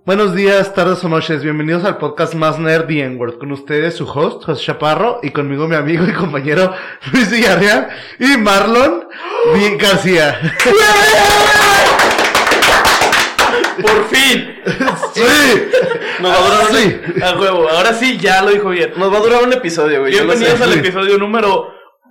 Buenos días, tardes o noches, bienvenidos al podcast más nerd y N-word. Con ustedes su host, José Chaparro, y conmigo mi amigo y compañero Luis Villarreal y Marlon García. ¡Por fin! ¡Sí! Nos va a durar sí. A huevo, ahora sí, ya lo dijo bien. Nos va a durar un episodio, güey. Bienvenidos al episodio número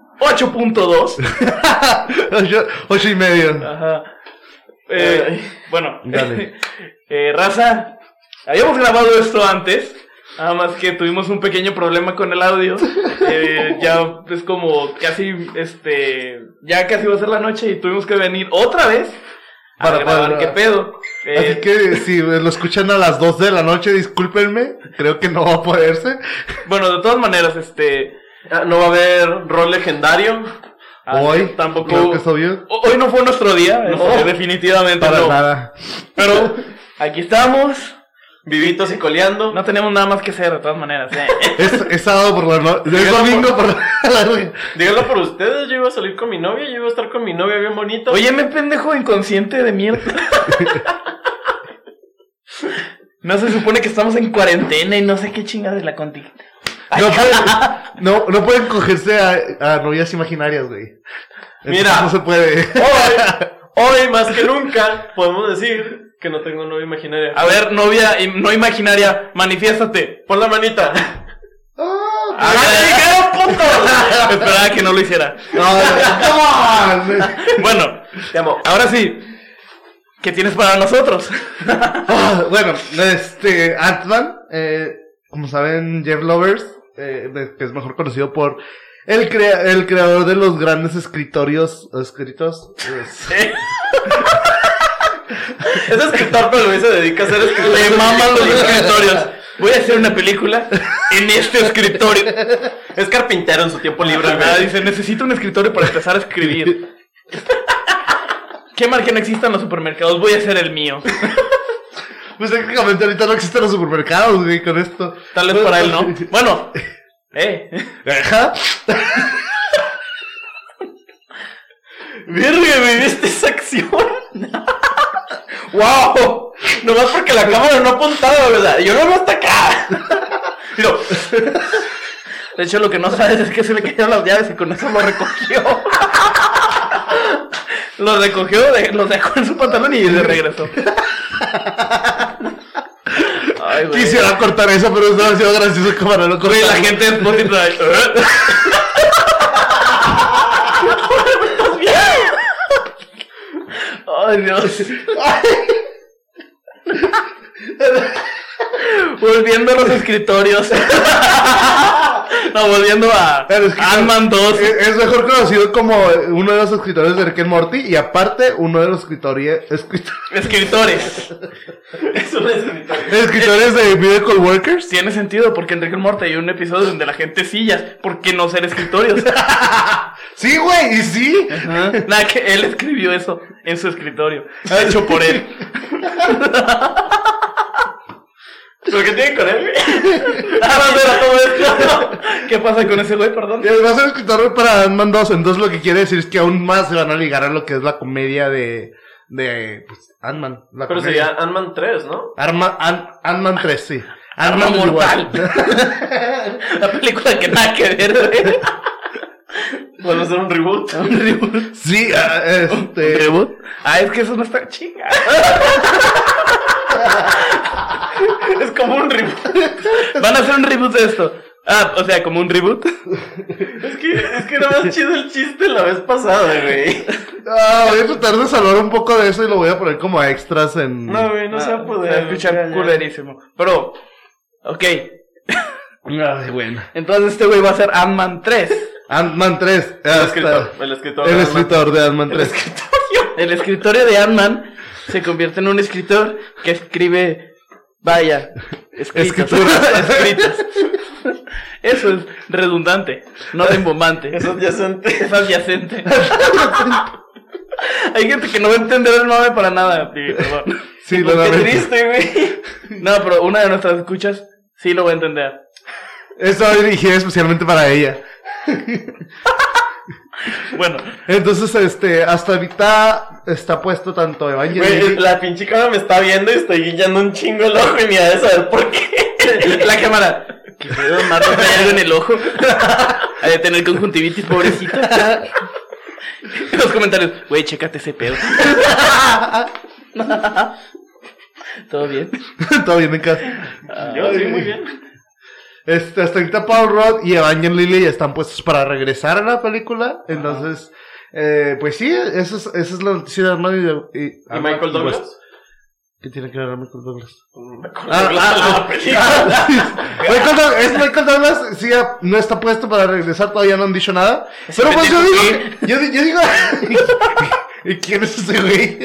8.2. 8 y medio. Ajá. Bueno, raza, habíamos grabado esto antes, nada más que tuvimos un pequeño problema con el audio. Ya es como casi, ya casi va a ser la noche y tuvimos que venir otra vez para grabar. ¿Qué pedo? Así que si lo escuchan a las 2 de la noche, discúlpenme, creo que no va a poderse. Bueno, de todas maneras, no va a haber rol legendario. Hoy tampoco. Creo que es obvio. Hoy no fue nuestro día, definitivamente para no. nada. Pero aquí estamos, Vivitos y coleando. no tenemos nada más que hacer de todas maneras. Es sábado por la noche, es domingo por la noche. Díganlo por ustedes, yo iba a salir con mi novia, yo iba a estar con mi novia bien bonito. Óyeme, pendejo inconsciente de mierda. No se supone que estamos en cuarentena y no sé qué chingada de la contigo. No pueden cogerse a novias imaginarias, güey. Mira, no se puede. Hoy más que nunca podemos decir que no tengo novia imaginaria. A ver, novia no imaginaria, manifiéstate. Pon la manita. ¡Ah, puto! Esperaba que no lo hiciera. Bueno, te amo. Ahora sí, ¿qué tienes para nosotros? Bueno, Ant-Man, como saben, Jeff Lovers, que es mejor conocido por el creador de los grandes escritos. Es escritor, pero Luis se dedica a ser escritor. Le maman los escritorios. Voy a hacer una película en este escritorio. Es carpintero en su tiempo libre. Dice, necesito un escritorio para empezar a escribir. Qué mal que no existan los supermercados, voy a hacer el mío. Pues técnicamente ahorita no existen los supermercados, güey, con esto. Tal vez para él, ¿no? Bueno, Ajá. Verga, ¿me viste esa acción? ¡Wow! Nomás porque la cámara no apuntaba, ¿verdad? Yo no hasta acá. Pero, de hecho, lo que no sabes es que se le cayeron las llaves y con eso lo recogió. Lo recogió, los dejó en su pantalón y le regresó. Ay, güey. Quisiera cortar eso, pero es demasiado gracioso como no lo corté. La gente en Spotify. ¿Estás bien? Ay, Dios. Volviendo a los escritorios. No, volviendo a Ant-Man 2. Es mejor conocido como uno de los escritores de Rick and Morty. Y aparte, uno de los escritores. Es un escritor. Escritores de Miracle Workers. Tiene sentido, porque en Rick and Morty hay un episodio donde la gente sillas. ¿Por qué no ser escritorios? Sí, güey, y sí. Ajá. Nada, que él escribió eso en su escritorio. Hecho por él. ¿Pero qué tiene con él? Todo esto. ¿Qué pasa con ese güey, perdón? Va a ser escritor para Ant-Man 2. Entonces lo que quiere decir es que aún más se van a ligar a lo que es la comedia de pues, Ant-Man. Pero comedia. sería Ant-Man 3, ¿no? Ant-Man 3, sí. Arma Mortal. La película que nada que ver, güey. Podemos hacer un reboot. Sí, ¿Un reboot? Es que eso no está chinga. Es como un reboot. Van a hacer un reboot de esto. O sea, como un reboot. Es que era más chido el chiste la vez pasada, güey. Voy a tratar de salvar un poco de eso y lo voy a poner como extras en... No, güey, no se va a poder. Se va a escuchar culerísimo. Pero, ok. Ay, bueno. Entonces este güey va a ser Ant-Man 3. Ant-Man 3. El escritor de Ant-Man 3. El escritorio de Ant-Man se convierte en un escritor que escribe... Vaya, escritas. Eso es redundante, no rimbombante. Es adyacente. Es adyacente. Hay gente que no va a entender el mame para nada. Perdón. Sí, qué triste, güey. No, pero una de nuestras escuchas sí lo va a entender. Eso dirigida especialmente para ella. Bueno, entonces, hasta ahorita está puesto tanto Evangeline. La pinche cámara me está viendo y estoy guiñando un chingo el ojo y ni ha de saber por qué. La cámara. ¿Qué pedo, Marta? ¿Hay algo en el ojo? ¿Ha de tener conjuntivitis, pobrecito? En los comentarios, güey, chécate ese pedo. ¿Todo bien? Todo bien en casa. Yo sí, muy bien. Hasta ahorita Paul Rudd y Evangeline Lilly están puestos para regresar a la película. Entonces, pues sí, esa es la noticia de Armando ¿Y Michael Douglas? ¿Qué tiene que ver Michael Douglas? Michael Douglas sí no está puesto para regresar, todavía no han dicho nada. Pero pues yo digo ¿y quién es ese güey?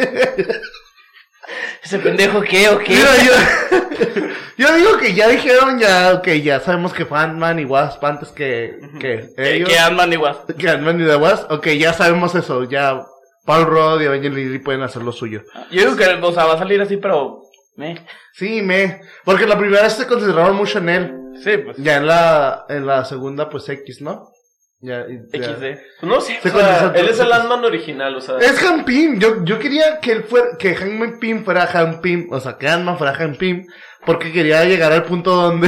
¿Ese pendejo qué o qué? Mira, yo digo que ya dijeron ya sabemos que fue Ant-Man y Wasp antes que ellos. Que Ant-Man y Wasp. Que Ant-Man y The Wasp. Ok, ya sabemos eso, ya Paul Rudd y Evangeline Lilly pueden hacer lo suyo. Yo digo que, o sea, va a salir así, pero... Sí, porque la primera vez se concentraron mucho en él. Sí, pues. Ya en la segunda, pues X, ¿no? Ya. XD. No sé, o sea, él es el Ant-Man original, o sea. Es Hank Pym. Yo quería que que Hank Pym fuera Hank Pym, o sea, que Ant-Man fuera Hank Pym, porque quería llegar al punto donde...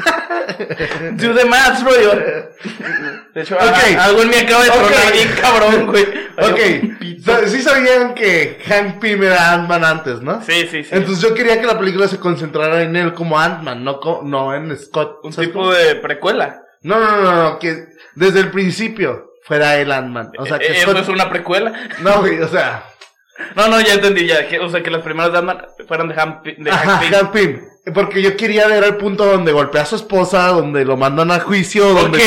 Do the math, bro. De hecho, algo en mí acaba de tronar bien cabrón, güey. Ok, sí sabían que Hank Pym era Ant-Man antes, ¿no? Sí. Entonces yo quería que la película se concentrara en él como Ant-Man, no en Scott. Un tipo de precuela. No, que desde el principio fuera el Ant-Man. O sea, que ¿eso es una precuela? No, güey, o sea... No, ya entendí ya. O sea, que las primeras de Ant-Man fueran de Hank Pym. Porque yo quería ver el punto donde golpea a su esposa, donde lo mandan a juicio, donde...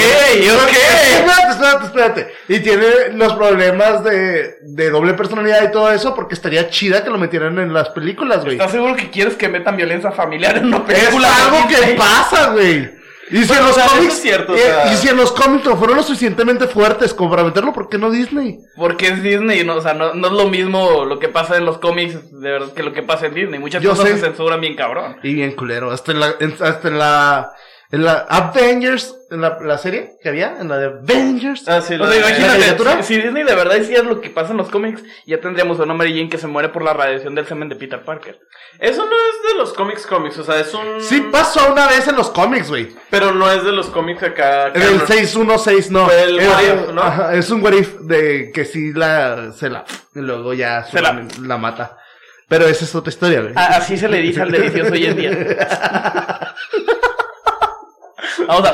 Espérate. Y tiene los problemas de doble personalidad y todo eso, porque estaría chida que lo metieran en las películas, güey. ¿Estás seguro que quieres que metan violencia familiar en una película? Es algo que pasa, güey. Y si, en los cómics, es cierto, y si en los cómics no fueron lo suficientemente fuertes como para meterlo, ¿por qué no Disney? Porque es Disney, no, o sea, no es lo mismo lo que pasa en los cómics de verdad que lo que pasa en Disney. Muchas cosas se censuran bien cabrón. Y bien culero. Hasta en la Avengers, en la serie que había, en la de Avengers. Ah, sí, o sea, imagínate, si Disney de verdad hiciera lo que pasa en los cómics, ya tendríamos a una Mary Jane que se muere por la radiación del semen de Peter Parker. Eso no es de los cómics, o sea, es un... Sí pasó una vez en los cómics, güey. Pero no es de los cómics acá. En el 616, no. Fue el what if, ¿no? Ajá, es un what if de que sí y luego ya la mata. Pero esa es otra historia, güey. Así se le dice al delicioso hoy en día. Vamos a...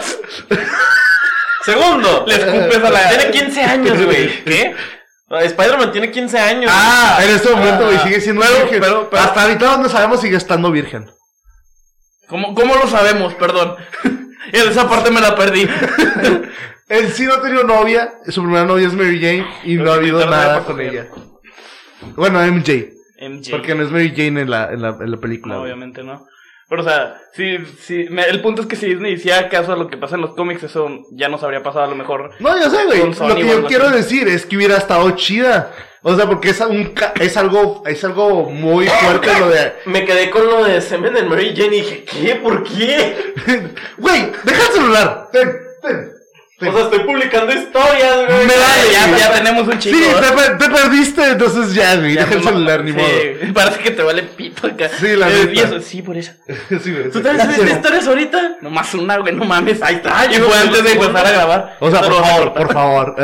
Segundo. Le escupes a la... Tiene 15 años, güey. ¿Qué? Spider-Man tiene 15 años. En este momento, güey, sigue siendo virgen. Pero hasta ahorita donde sabemos sigue estando virgen. ¿Cómo lo sabemos? Perdón. Esa parte me la perdí. Él sí no ha tenido novia. Su primera novia es Mary Jane y no ha habido nada con ella. Bueno, MJ. Porque no es Mary Jane en la película. No, obviamente no. Pero, o sea, el punto es que si Disney hiciera caso a lo que pasa en los cómics, eso ya nos habría pasado a lo mejor. No, yo sé, güey. Lo que yo quiero decir es que hubiera estado chida. O sea, porque es algo muy fuerte lo de... Me quedé con lo de semen en Mary Jane y dije, ¿qué? ¿Por qué? Güey, deja el celular. Ten. O sea, estoy publicando historias, güey. Ya tenemos un chico. Sí, te perdiste, entonces ya, güey. Deja el celular, ni modo. Parece que te vale pito acá. Sí, la neta. Sí, por eso. Sí, güey. ¿Tú también subiste historias ahorita? Nomás una, güey, no mames. Ahí está. Y fue antes de empezar a grabar. O sea, por favor.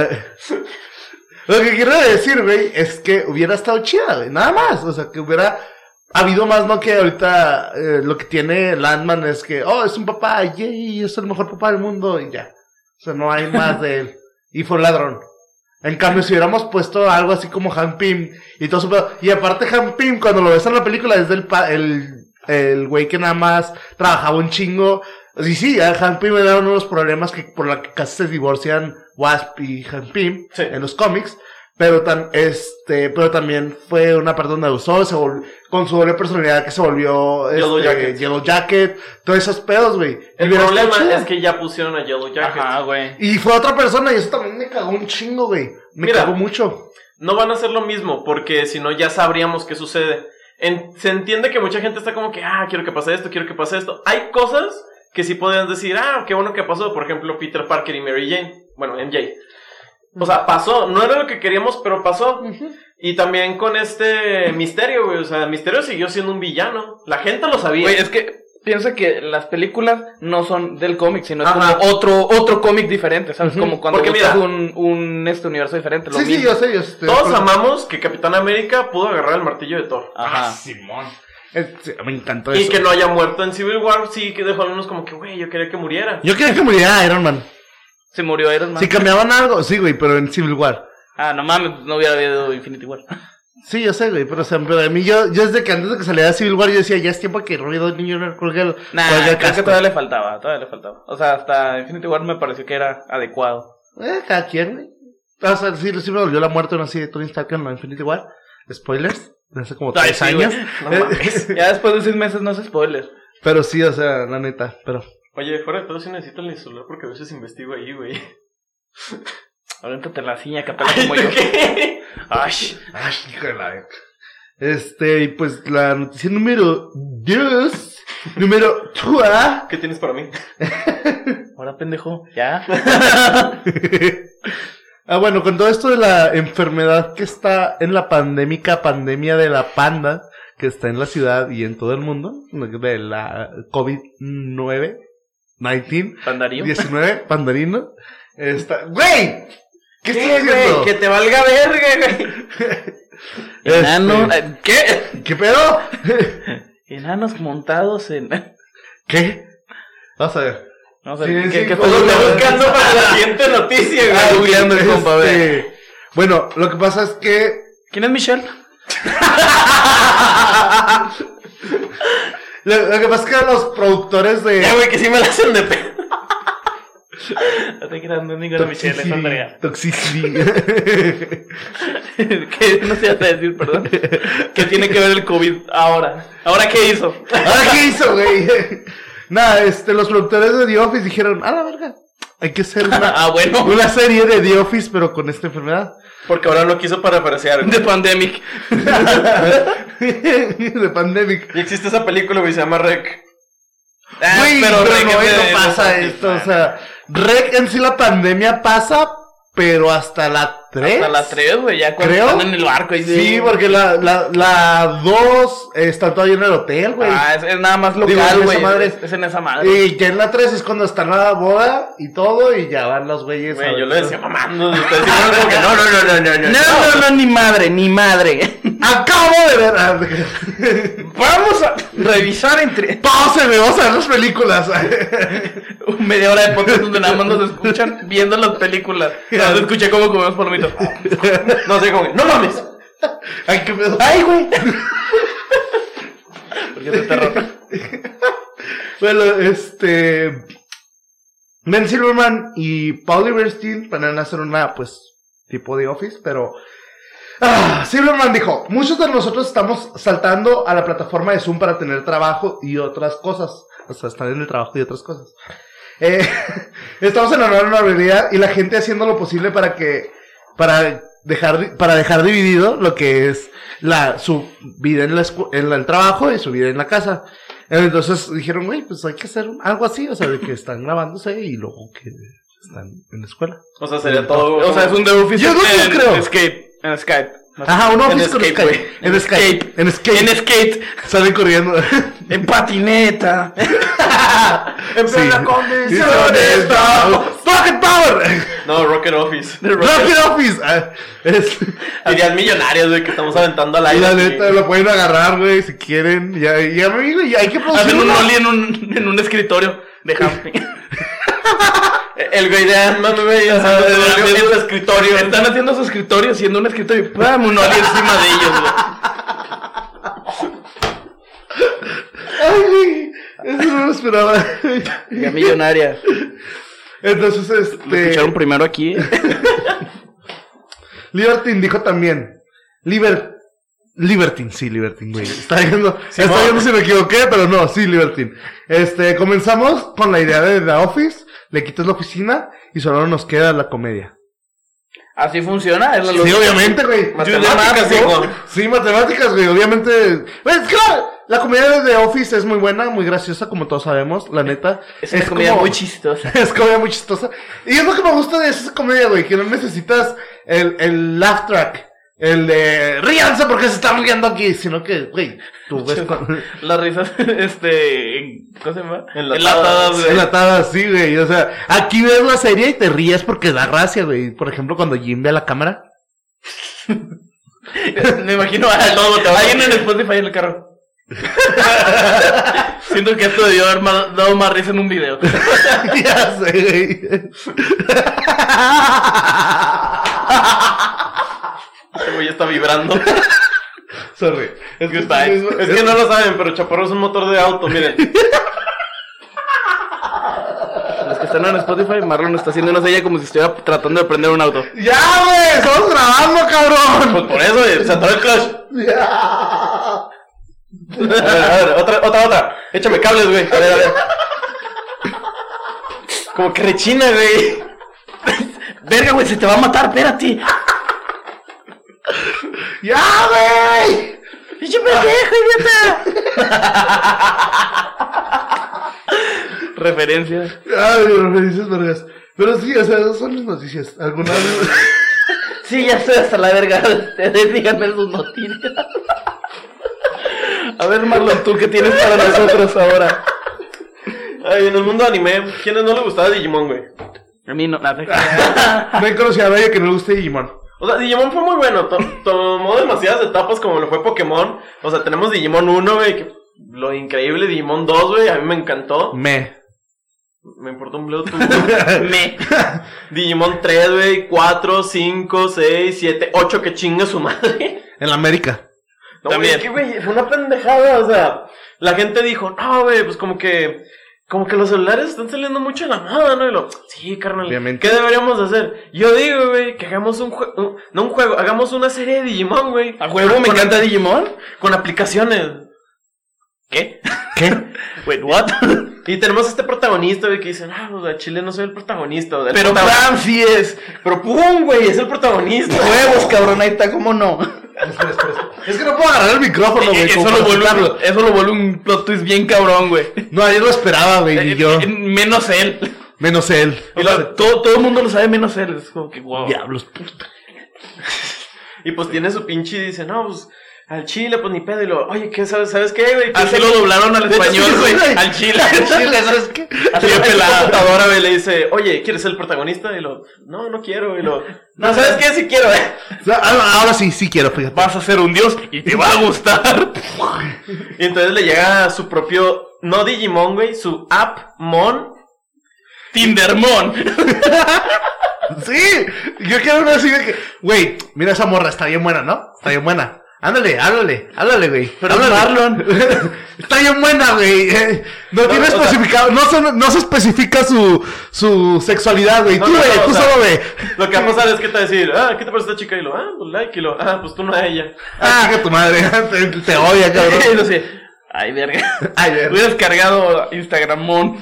Lo que quiero decir, güey, es que hubiera estado chida, güey. Nada más. O sea, que hubiera habido más, ¿no? Que ahorita lo que tiene Landman es que, es un papá, yay, es el mejor papá del mundo y ya. O sea, no hay más de él. Y fue un ladrón. En cambio, si hubiéramos puesto algo así como Hank Pym y todo su pedo. Y aparte, Hank Pym, cuando lo ves en la película, es el güey que nada más trabajaba un chingo. Sí, Hank Pym era uno de los problemas por la que casi se divorcian Wasp y Hank Pym en los cómics. Pero también fue una parte donde usó, con su doble personalidad que se volvió Yellow Jacket, todos esos pedos, güey. El problema es que ya pusieron a Yellow Jacket. Ajá, güey. Y fue otra persona y eso también me cagó un chingo, güey. Me cagó mucho. No van a hacer lo mismo, porque si no ya sabríamos qué sucede. Se entiende que mucha gente está como que, quiero que pase esto, quiero que pase esto. Hay cosas que sí podrían decir, qué bueno que pasó. Por ejemplo, Peter Parker y Mary Jane. Bueno, MJ. O sea, pasó. No era lo que queríamos, pero pasó. Y también con Misterio, güey. O sea, Misterio siguió siendo un villano. La gente lo sabía. Güey, es que piensa que las películas no son del cómic, sino es como otro cómic diferente, ¿sabes? Como cuando buscas un universo diferente. Sí, yo sé. Todos amamos que Capitán América pudo agarrar el martillo de Thor. Ajá. Simón. Me encantó eso. Y que no haya muerto en Civil War, sí que dejó algunos como que, güey, yo quería que muriera. Yo quería que muriera Iron Man. Se murió Iron Man. Si cambiaban algo, sí, güey, pero en Civil War. No mames, no hubiera habido Infinity War. Sí, yo sé, güey, pero, o sea, pero a mí yo desde que antes de que saliera Civil War yo decía, ya es tiempo que Robert Downey Jr. cuelgue el creo que todavía le faltaba. O sea, hasta Infinity War me pareció que era adecuado. Cada quien, güey. O sea, sí me volvió la muerte aún así de Tony Stark en la Infinity War. Spoilers, de hace como 3 años. Ya después de 6 meses no es spoiler. Pero sí, o sea, la neta, pero... Oye, fuera de todo sí necesito el celular porque a veces investigo ahí, güey. Avéntate la ciña, capela como yo. ¿Qué? Ay, hijo de la... y pues la noticia número 2. Número 2. ¿Qué tienes para mí? Ahora, pendejo, ¿ya? Bueno, con todo esto de la enfermedad que está en la pandemia de la panda, que está en la ciudad y en todo el mundo, de la COVID-19, Pandarío. 19, pandarino, ¡güey! ¿Qué estás haciendo? Que te valga verga, güey. Enano, ¿Qué pedo? Enanos montados en... ¿Qué? Vamos a ver. Vamos a ver, ¿qué Estoy buscando para la siguiente noticia, güey. Googleando el compa, a ver. Bueno, lo que pasa es que... ¿Quién es Michelle? Lo que pasa es que los productores de... Ya, güey, que sí me la hacen de pedo. No te creas, no es ninguna Michelle, es Andrea. Toxicity. ¿Qué? No sé a decir, perdón. ¿Qué tiene que ver el COVID ahora? ¿Ahora qué hizo? Güey? Nada, los productores de The Office dijeron, a la verga, hay que hacer una serie de The Office, pero con esta enfermedad. Porque ahora lo quiso para aparecer. The Pandemic. The Pandemic. Y existe esa película, güey, se llama Rec. Güey, pero Rec no pasa esto, o sea, Rec en sí la pandemia pasa, pero hasta la 3. Hasta la 3, güey, ya cuando están en el barco. Sí, porque la 2 está todavía en el hotel, güey. Es nada más local, güey. Es en esa madre. Y ya en la 3 es cuando está la boda y todo, y ya van los güeyes. Güey, yo lo decía mamando. Ustedes dijeron como que no, ni madre. Acabo de ver. Vamos a revisar entre... Páuseme, vamos a ver las películas. Media hora de podcast donde nada más nos escuchan viendo las películas. No se escuché cómo comemos palomitas. No sé cómo. ¡No mames! ¡Ay, qué pedo! ¡Ay, güey! Porque se te rota. Bueno, Ben Silverman y Paul Lieberstein van a hacer una, pues, tipo de Office, pero... Silverman dijo, muchos de nosotros estamos saltando a la plataforma de Zoom para tener trabajo y otras cosas. O sea, estar en el trabajo y otras cosas. Estamos en la nueva normalidad y la gente haciendo lo posible para dejar dividido lo que es su vida en el trabajo y su vida en la casa. Entonces dijeron, güey, pues hay que hacer algo así, o sea, de que están grabándose y luego que están en la escuela. O sea, sería todo. O sea, es un The Office. Yo no creo. En Skype. Ajá, un Office con Skype. En skate. Salen corriendo. En patineta. En plena condición. Rocket Power. No, Rocket Office. Rocket Office. Dirían millonarios, güey, que estamos aventando al aire. La neta, lo pueden agarrar, güey, si quieren. Ya hay que producir. Hacen un ollie en un escritorio de Hampton. El güey de Ant-Man, güey, haciendo su escritorio. Están haciendo su escritorio, haciendo un escritorio. ¡Pam! Un ollie encima de ellos, güey. Ay, güey. Eso no lo esperaba. Ya millonaria. Entonces, Lo escucharon primero aquí. Libertine dijo también. Libertine, güey. Está viendo si me equivoqué, pero no, sí, Libertine. Comenzamos con la idea de The Office. Le quitas la oficina y solo nos queda la comedia. ¿Así funciona? Sí, obviamente, güey. Matemáticas, hijo. Sí, matemáticas, güey. Obviamente. Pues, La comedia de The Office es muy buena, muy graciosa, como todos sabemos, la neta. Es una comedia muy chistosa. Es comedia muy chistosa. Y es lo que me gusta de esa comedia, güey, que no necesitas el laugh track. El de ríanse porque se están riendo aquí, sino que, güey, tú ves las risas, ¿cómo se llama? Enlatadas, güey. Enlatadas, sí, güey. O sea, aquí ves la serie y te ríes porque da gracia, güey. Por ejemplo, cuando Jim ve a la cámara. Me imagino a alguien en Spotify en el carro. Siento que esto debió haber dado más risa en un video. Ya sé, güey. Este güey está vibrando. Sorry. Es que no lo saben, pero Chaparro es un motor de auto, miren. Los que están en Spotify, Marlon está haciendo una sella como si estuviera tratando de prender un auto. ¡Ya, güey! ¡Estamos grabando, cabrón! Pues por eso, güey, se atoró el clutch. ¡Ya! A ver, otra. Échame cables, güey. A ver. Como que rechina, güey. Verga, güey, se te va a matar, espérate. ¡Ya, güey! ¡Pinche pendejo, idiota! Referencias. Ay, referencias vergas. Pero sí, o sea, esas son las noticias. ¿Alguna vez? Sí, ya estoy hasta la verga. Ustedes díganme sus noticias. A ver, Marlon, ¿tú qué tienes para nosotros ahora? Ay, en el mundo anime, ¿quiénes no le gustaba Digimon, güey? A mí no, nada. No he conocido a nadie que no le guste Digimon. O sea, Digimon fue muy bueno, tomó demasiadas etapas como lo fue Pokémon. O sea, tenemos Digimon 1, güey, que lo increíble, Digimon 2, güey, a mí me encantó. Me importó un Bluetooth. Digimon 3, güey, 4, 5, 6, 7, 8, que chinga su madre. En la América. No, también. Es que, güey, fue una pendejada, o sea, la gente dijo, no, güey, pues como que los celulares están saliendo mucho de la moda, ¿no? Y sí, carnal, obviamente. ¿Qué deberíamos hacer? Yo digo, güey, que hagamos hagamos una serie de Digimon, güey. ¿A juego me encanta Digimon? Con aplicaciones. ¿Qué? Wait, what? Y tenemos este protagonista, güey, que dice, pues a Chile no soy el protagonista. Pero Pam sí es. Pero pum, güey, es el protagonista. Huevos, cabrón, ahí está, ¿cómo no? Espera. Es que no puedo agarrar el micrófono, güey. Eso lo vuelve un plot twist bien cabrón, güey. No, yo lo esperaba, güey, y yo. Menos él. Y todo el mundo lo sabe menos él. Es como que, wow. Diablos. Y pues tiene su pinche y dice, no, pues al chile, pues ni pedo. Y oye, ¿qué sabes qué, güey? Así lo doblaron al español, güey. Al chile, ¿sabes qué? Así la computadora, güey, le dice, oye, ¿quieres ser el protagonista? Y no quiero. Y no, ¿sabes qué? Sí quiero, Ahora sí quiero, fíjate. Vas a ser un dios y te va a gustar. Y entonces le llega su propio, no Digimon, güey, su Appmon. Tindermon. Sí, yo quiero una así de que, güey, mira esa morra, está bien buena, ¿no? Está bien buena. Ándale, güey. Pero Marlon. Está bien buena, güey. No tiene especificado, no se especifica su sexualidad, güey. Tú solo ve. Lo que va a pasar es que te va a decir, ¿qué te parece esta chica? Y pues like, y pues tú no a ella. Que tu madre, te odia, cabrón. No sé. Ay, verga. Hubieras cargado Instagramón.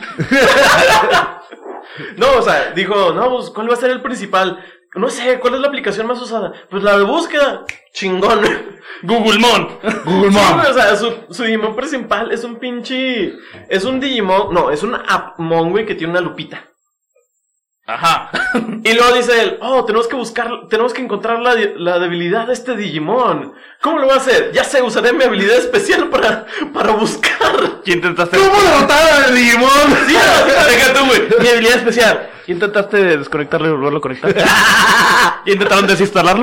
No, o sea, dijo, no, pues, ¿cuál va a ser el principal? No sé, ¿cuál es la aplicación más usada? Pues la de búsqueda. Chingón. Googlemon. Sí, o sea, su Digimon principal es un pinche... Es un Digimon... No, es un Appmon, güey, que tiene una lupita. Ajá. Y luego dice él, tenemos que encontrar la debilidad de este Digimon. ¿Cómo lo voy a hacer? Ya sé, usaré mi habilidad especial para buscar. ¿Quién intentaste? ¿Cómo derrotar al Digimon? Sí, deja tú, güey. Mi habilidad especial. ¿Y intentaste desconectarlo y volverlo a conectar? ¿Y intentaron desinstalarlo?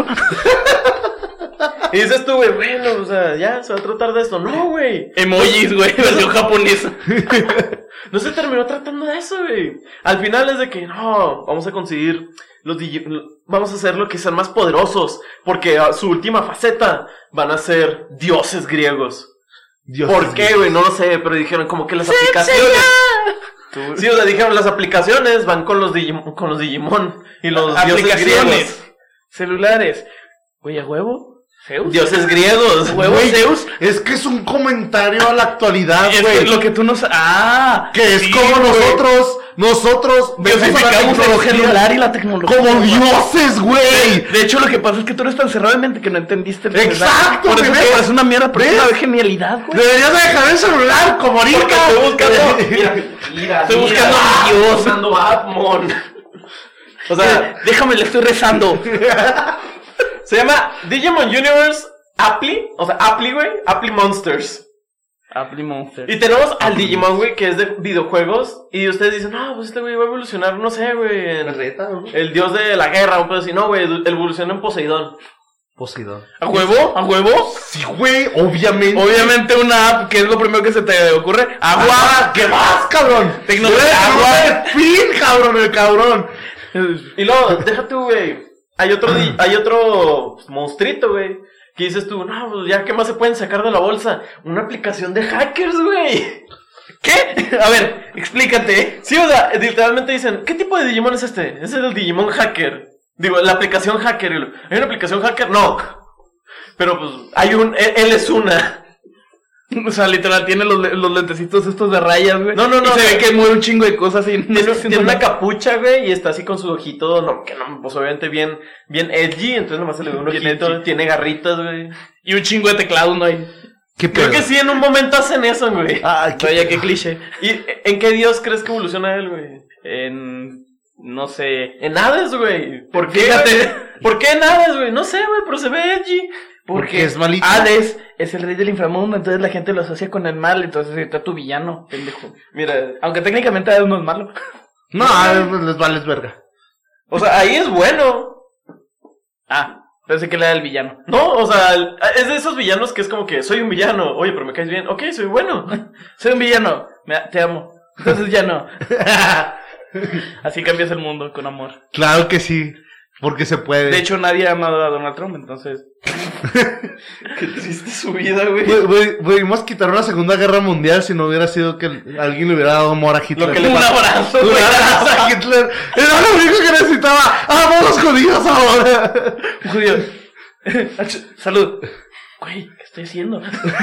Y dices tú, güey, bueno, o sea, ya se va a tratar de esto. No, güey. Emojis, güey, versión japonesa. No se terminó tratando de eso, güey. Al final es de que, no, vamos a conseguir vamos a hacer lo que sean más poderosos. Porque su última faceta van a ser dioses griegos. ¿Por qué, güey? No lo sé, pero dijeron como que las aplicaciones... Sí, o sea, dijeron las aplicaciones van con los Digimon y los dioses griegos. Celulares. Güey, a huevo. ¿Zeus? Dioses griegos. ¿Huevo Zeus? Es que es un comentario a la actualidad, güey. Es lo que tú no sabes. Que es sí, como nosotros vemos a la diosificamos el celular y la tecnología. como dioses, güey. De hecho, lo que pasa es que tú eres tan cerrado de mente que no entendiste el Exacto, Por eso ¿ves? te parece una mierda, pero es ¿Ves? una genialidad, güey. Deberías de dejar el celular como ahorita. Porque estoy buscando. Mira, Estoy buscando a mi Dios. buscando a Atmon. O sea, Déjame, le estoy rezando. se llama Digimon Universe Apply. O sea, Apply, güey. Apply Monsters. Apply Monster. Y tenemos al Digimon, güey, que es de videojuegos. Y ustedes dicen, no, pues este güey va a evolucionar, no sé, güey. El dios de la guerra, un pedo así. No, güey, evoluciona en Poseidón. Poseidón. ¿A huevo? ¿A huevo? Sí, güey, obviamente. Obviamente una app, que es lo primero que se te ocurre. ¡Agua! ¿Qué más, cabrón? Tecnología. Agua. Fin, cabrón, el cabrón. Y luego, déjate, güey. Hay otro monstruito, güey. Que dices tú, no, pues ya, ¿qué más se pueden sacar de la bolsa? Una aplicación de hackers, güey. ¿Qué? A ver, explícate. Sí, o sea, literalmente dicen, ¿qué tipo de Digimon es este? Es el Digimon Hacker. Digo, la aplicación Hacker. ¿Hay una aplicación Hacker? No. Pero pues, él es una. O sea, literal, tiene los lentecitos estos de rayas, güey. No. Y se ve que mueve un chingo de cosas y Tiene una capucha, güey, y está así con su ojito, pues obviamente bien edgy, entonces nomás se le ve un Bien ojito, edgy. tiene garritas, güey. Y un chingo de teclados, ¿no hay? ¿Qué Creo pedo? que sí, en un momento hacen eso, güey. Ay, Vaya, qué cliché. ¿Y en qué dios crees que evoluciona él, güey? No sé. En Hades, güey. ¿Por qué? Fíjate. ¿Por qué en Hades, güey? No sé, güey, pero se ve edgy. Porque es malito. Hades es el rey del inframundo, entonces la gente lo asocia con el mal, entonces está tu villano, pendejo. Mira, Aunque técnicamente Hades no es malo. No, les vales verga. o sea, ahí es bueno. Pensé que era el villano. No, o sea, es de esos villanos que es como que soy un villano. Oye, pero me caes bien. Ok, soy bueno. Soy un villano, te amo. Entonces ya no. Así cambias el mundo con amor. Claro que sí, porque se puede. De hecho, nadie ha amado a Donald Trump, entonces. Qué triste su vida, güey. Pudimos quitar una segunda guerra mundial si no hubiera sido que alguien le hubiera dado amor a Hitler. Lo que le Un abrazo, Un güey. abrazo a Hitler. Era lo único que necesitaba. ¡Vamos los judíos ahora! Un judío. Salud. Güey, ¿qué estoy haciendo?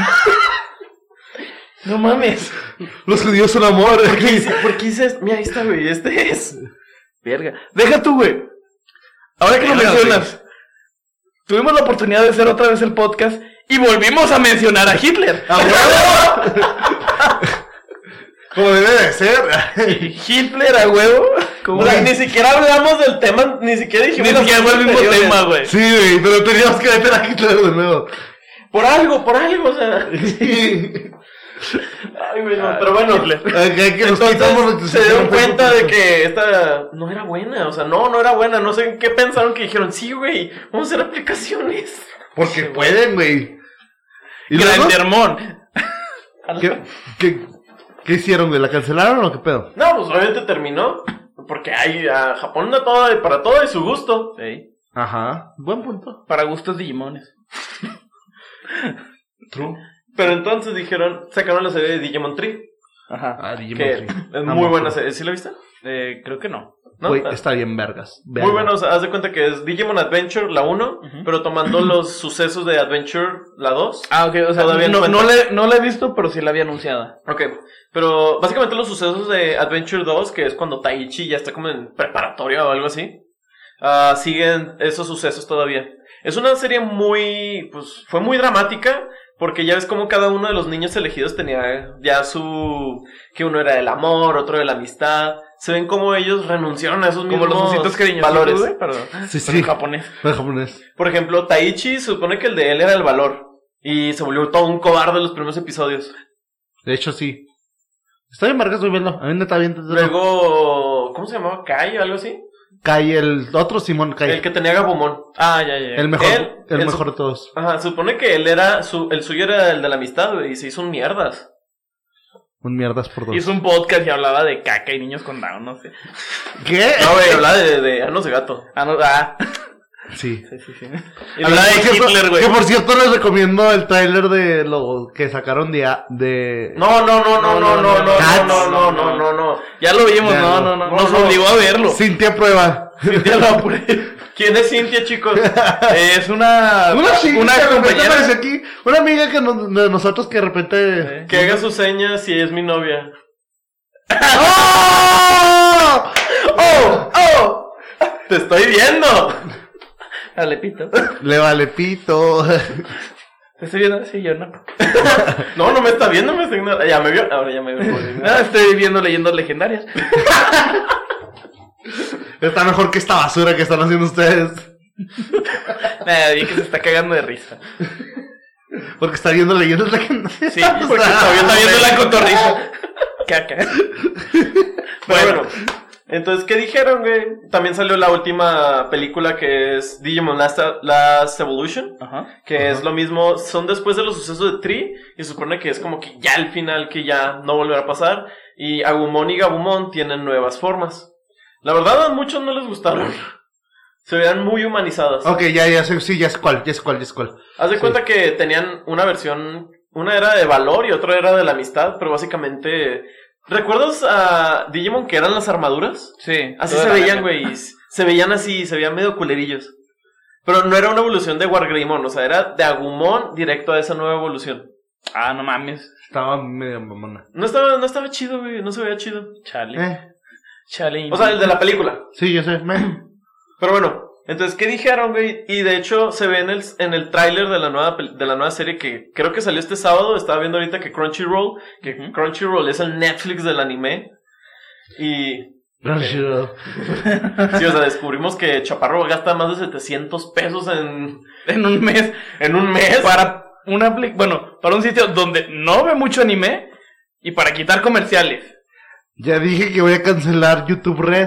No mames. Los judíos son amor. ¿Por qué dices? Mira, ahí está, güey, este es. Verga. Deja tú, güey. Ahora que lo Verga, mencionas, tuvimos la oportunidad de hacer otra vez el podcast y volvimos a mencionar a Hitler. ¡A huevo! Como debe de ser. Hitler a huevo. O sea, ni siquiera hablamos del tema, ni siquiera dijimos Ni siquiera fue el mismo anteriores. tema, güey. Sí, güey, pero teníamos que meter a Hitler de nuevo. Por algo, o sea. Ay, güey, no, pero bueno. Que nos quitamos lo que Entonces se dieron cuenta de que esta no era buena, o sea, no era buena, no sé en qué pensaron que dijeron, sí, güey, vamos a hacer aplicaciones. Porque pueden, güey. ¿Y luego? Grandermón. ¿Qué hicieron, güey? ¿La cancelaron o qué pedo? No, pues obviamente terminó, porque hay a Japón da todo, para todo y su gusto. Sí. Ajá. Buen punto. Para gustos Digimones. True. Pero entonces sacaron la serie de Digimon Tree, Ajá. Ah, Digimon que Tree. es muy buena serie. ¿Sí la viste? Creo que no. ¿No? Güey, está bien vergas. Muy bueno, o sea, haz de cuenta que es Digimon Adventure, la 1, pero tomando los sucesos de Adventure, la 2. Ok, o sea, Todavía no la he visto, pero sí la había anunciada. Ok, pero básicamente los sucesos de Adventure 2, que es cuando Taichi ya está como en preparatoria o algo así, siguen esos sucesos todavía. Es una serie fue muy dramática, porque ya ves como cada uno de los niños elegidos tenía ya que uno era del amor, otro de la amistad. Se ven como ellos renunciaron a esos Como mismos los ositos cariñosos, valores. güey, perdón. Sí, Pero en sí. japonés. En japonés. Por ejemplo, Taichi se supone que el de él era el valor. Y se volvió todo un cobarde en los primeros episodios. De hecho, sí. Está bien vergas, estoy viendo. A mí me está bien. Luego, ¿cómo se llamaba? ¿Kai o algo así? Kai, el otro Simón Kai. El que tenía Gabumon. Ya. El mejor. El mejor de todos. Ajá, se supone que él era el suyo era el de la amistad, güey, y se hizo un mierdas. Un mierdas por dos. Hizo un podcast y hablaba de caca y niños con Down, no sé. ¿Qué? No, güey, hablaba de anos de gato. Sí. Sí. Hablaba de Hitler, güey. Que por cierto les recomiendo el tráiler de lo que sacaron de... No. Ya lo vimos, Ya, no. no. Nos obligó a verlo. Cintia prueba. Cintia lo apuré. ¿Quién es Cintia, chicos? Es una compañera aquí, una amiga de nosotros que de repente que haga sus señas y es mi novia. ¡Oh! ¡Oh! ¡Te estoy viendo! Dale, pito. Le vale pito. ¿Te estoy viendo? Sí, yo no. No me está viendo, me está ignorando. Ya me vio, ahora ya me vio. No, estoy viendo leyendas legendarias. Está mejor que esta basura que están haciendo ustedes. Nadie que se está cagando de risa. Porque está viendo leyendas legendarias. Sí, porque está viendo la cotorrisa. Caca. Bueno, entonces, ¿qué dijeron, güey? También salió la última película que es Digimon Last Evolution. Ajá. Que es lo mismo, son después de los sucesos de Tree. Y se supone que es como que ya el final, que ya no volverá a pasar. Y Agumon y Gabumon tienen nuevas formas. La verdad, a muchos no les gustaron. Se veían muy humanizadas. Ok, ya sé, sí, ya es cuál. Haz de cuenta que tenían una versión, una era de valor y otra era de la amistad, pero básicamente... ¿Recuerdas a Digimon que eran las armaduras? Sí. Así se veían, güey. Se veían así, se veían medio culerillos. Pero no era una evolución de Wargreymon, o sea, era de Agumon directo a esa nueva evolución. Ah, no mames. Estaba medio mamona. No estaba chido, güey, no se veía chido. Chale. Chale. O sea, el de la película. Sí, yo sé. Pero bueno, entonces, ¿qué dijeron, güey? Y de hecho, se ve en el tráiler de la nueva serie que creo que salió este sábado. Estaba viendo ahorita que Crunchyroll es el Netflix del anime. Y... Crunchyroll. Sí, o sea, descubrimos que Chaparro gasta más de 700 pesos en un mes. En un mes. Para para un sitio donde no ve mucho anime y para quitar comerciales. Ya dije que voy a cancelar YouTube Red.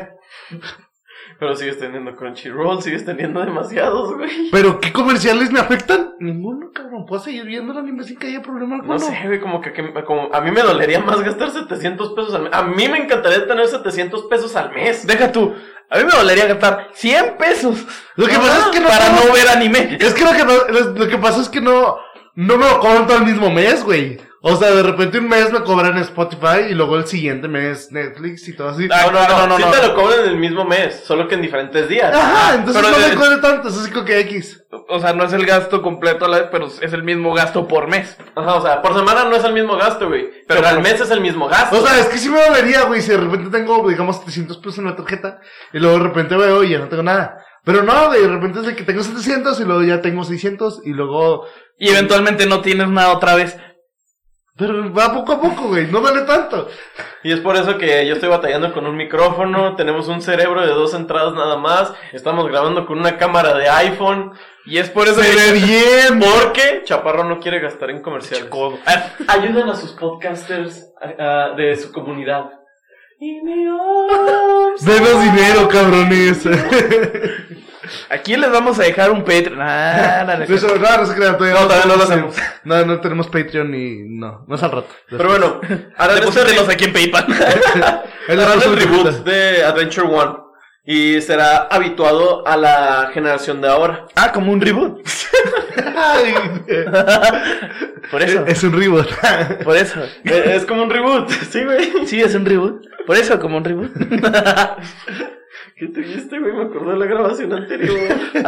Pero sigues teniendo Crunchyroll, sigues teniendo demasiados, güey. ¿Pero qué comerciales me afectan? Ninguno, cabrón. ¿Puedo seguir viendo el anime sin que haya problema alguno? No sé, güey, como a mí me dolería más gastar 700 pesos al mes. A mí me encantaría tener 700 pesos al mes. Deja tú. A mí me dolería gastar 100 pesos. Lo que pasa es que para no ver anime. Es que lo que pasa es que no me lo cobran todo el mismo mes, güey. O sea, de repente un mes me cobran Spotify y luego el siguiente mes Netflix y todo así. No. Sí te lo cobran en el mismo mes, solo que en diferentes días. Ajá, entonces no me cobran tanto, eso sí como que X. O sea, no es el gasto completo a la vez, pero es el mismo gasto por mes. Ajá, o sea, por semana no es el mismo gasto, güey. Pero al mes es el mismo gasto. O sea, es que sí me dolería, güey, si de repente tengo, digamos, 300 pesos en la tarjeta y luego de repente veo y ya no tengo nada. Pero no, de repente es de que tengo 700 y luego ya tengo 600 y luego... Y eventualmente no tienes nada otra vez. Pero va poco a poco, güey, no vale tanto. Y es por eso que yo estoy batallando con un micrófono, tenemos un cerebro de 2 entradas nada más, estamos grabando con una cámara de iPhone, y es por eso se ve bien. Porque Chaparro no quiere gastar en comerciales. Ayuden a sus podcasters de su comunidad. Denos dinero, cabrones. Aquí les vamos a dejar un Patreon. No se crean, todavía no lo hacemos. No tenemos Patreon y no es al rato. Después. Pero bueno, ahora deposítenos aquí en PayPal. El reboot de Adventure One y será habituado a la generación de ahora. Ah, como un reboot. Por eso. Es un reboot. Por eso. Es como un reboot. Sí, güey. Sí, es un reboot. Por eso, como un reboot. ¿Qué te viste, güey? Me acordé de la grabación anterior.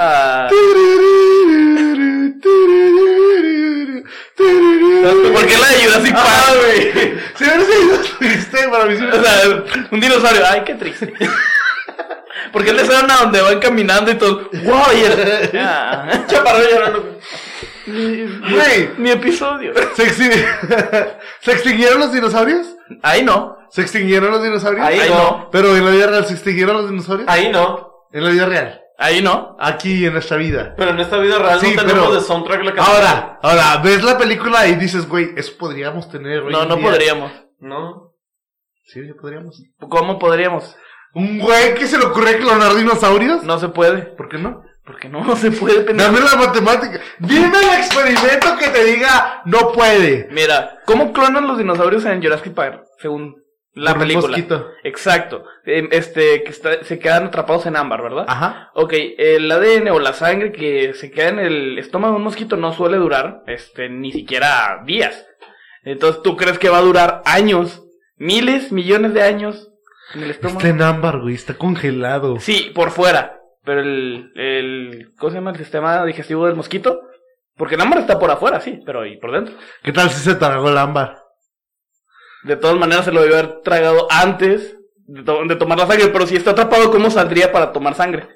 ¿Por qué la de Jurassic Park, güey? Si hubiera sido triste, para mí sí. O sea, un dinosaurio. Ay, qué triste. Porque le suena a donde van caminando y todo. ¡Wow! Y Chaparro llorando. Mi episodio. ¿Se extinguieron los dinosaurios? Ahí no. ¿Se extinguieron los dinosaurios? Ahí no. Pero en la vida real, ¿se extinguieron los dinosaurios? Ahí no. En la vida real. Ahí no. Aquí, en nuestra vida. Pero en esta vida real sí, no tenemos de soundtrack la canción. Ahora, ves la película y dices, güey, eso podríamos tener hoy en no día. Podríamos. No. Sí, ya podríamos. ¿Cómo podríamos? ¿Un güey que se le ocurre clonar dinosaurios? No se puede. ¿Por qué no? Porque no se puede. Dame la matemática. Dime el experimento que te diga no puede. Mira, ¿cómo clonan los dinosaurios en Jurassic Park? Según la por película. Mosquito. Exacto. Se quedan atrapados en ámbar, ¿verdad? Ajá. Ok, el ADN o la sangre que se queda en el estómago de un mosquito no suele durar, ni siquiera días. Entonces, ¿tú crees que va a durar años? Miles, millones de años en el estómago. Está en ámbar, güey, está congelado. Sí, por fuera. pero ¿cómo se llama? El sistema digestivo del mosquito. Porque el ámbar está por afuera, sí, pero ¿y por dentro? ¿Qué tal si se tragó el ámbar? De todas maneras se lo debió haber tragado antes de tomar la sangre, pero si está atrapado, ¿cómo saldría para tomar sangre?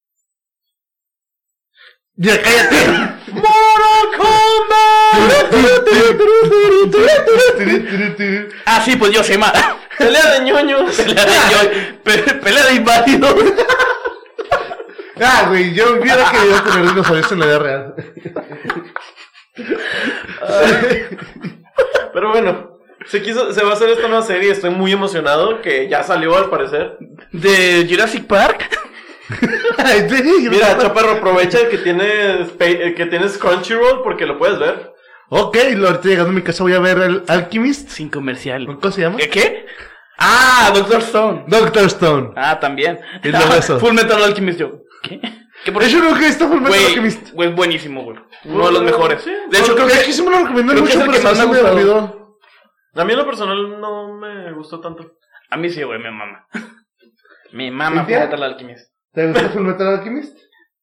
¡Ya cállate! ¡Mortal Kombat! Ah, sí, pues yo sé más. Pelea de ñoños. Pelea de inválidos. Ah, güey, yo hubiera querido tener dinosaurios en la vida real. Pero bueno, se va a hacer esta nueva serie. Estoy muy emocionado, que ya salió al parecer. ¿De Jurassic Park? Mira, Chaparro, aprovecha que tienes Crunchyroll porque lo puedes ver. Ok, ahorita llegando a mi casa voy a ver el Alchemist. Sin comercial. ¿Cómo se llama? ¿Qué? Ah, Doctor Stone. Doctor Stone. Ah, también. Y luego eso. Full Metal Alchemist, yo. ¿Qué? Yo no que está Full Metal Alchemist. Güey, es buenísimo, güey. Uno de los mejores. Sí, de hecho, creo que sí me lo recomiendo creo que mucho, es el pero que más se me me ha olvidó. A mí en lo personal no me gustó tanto. A mí sí, güey, mi mamá. Mi mamá Full ¿Cintia? Metal Alchemist. ¿Te gusta Full Metal Alchemist?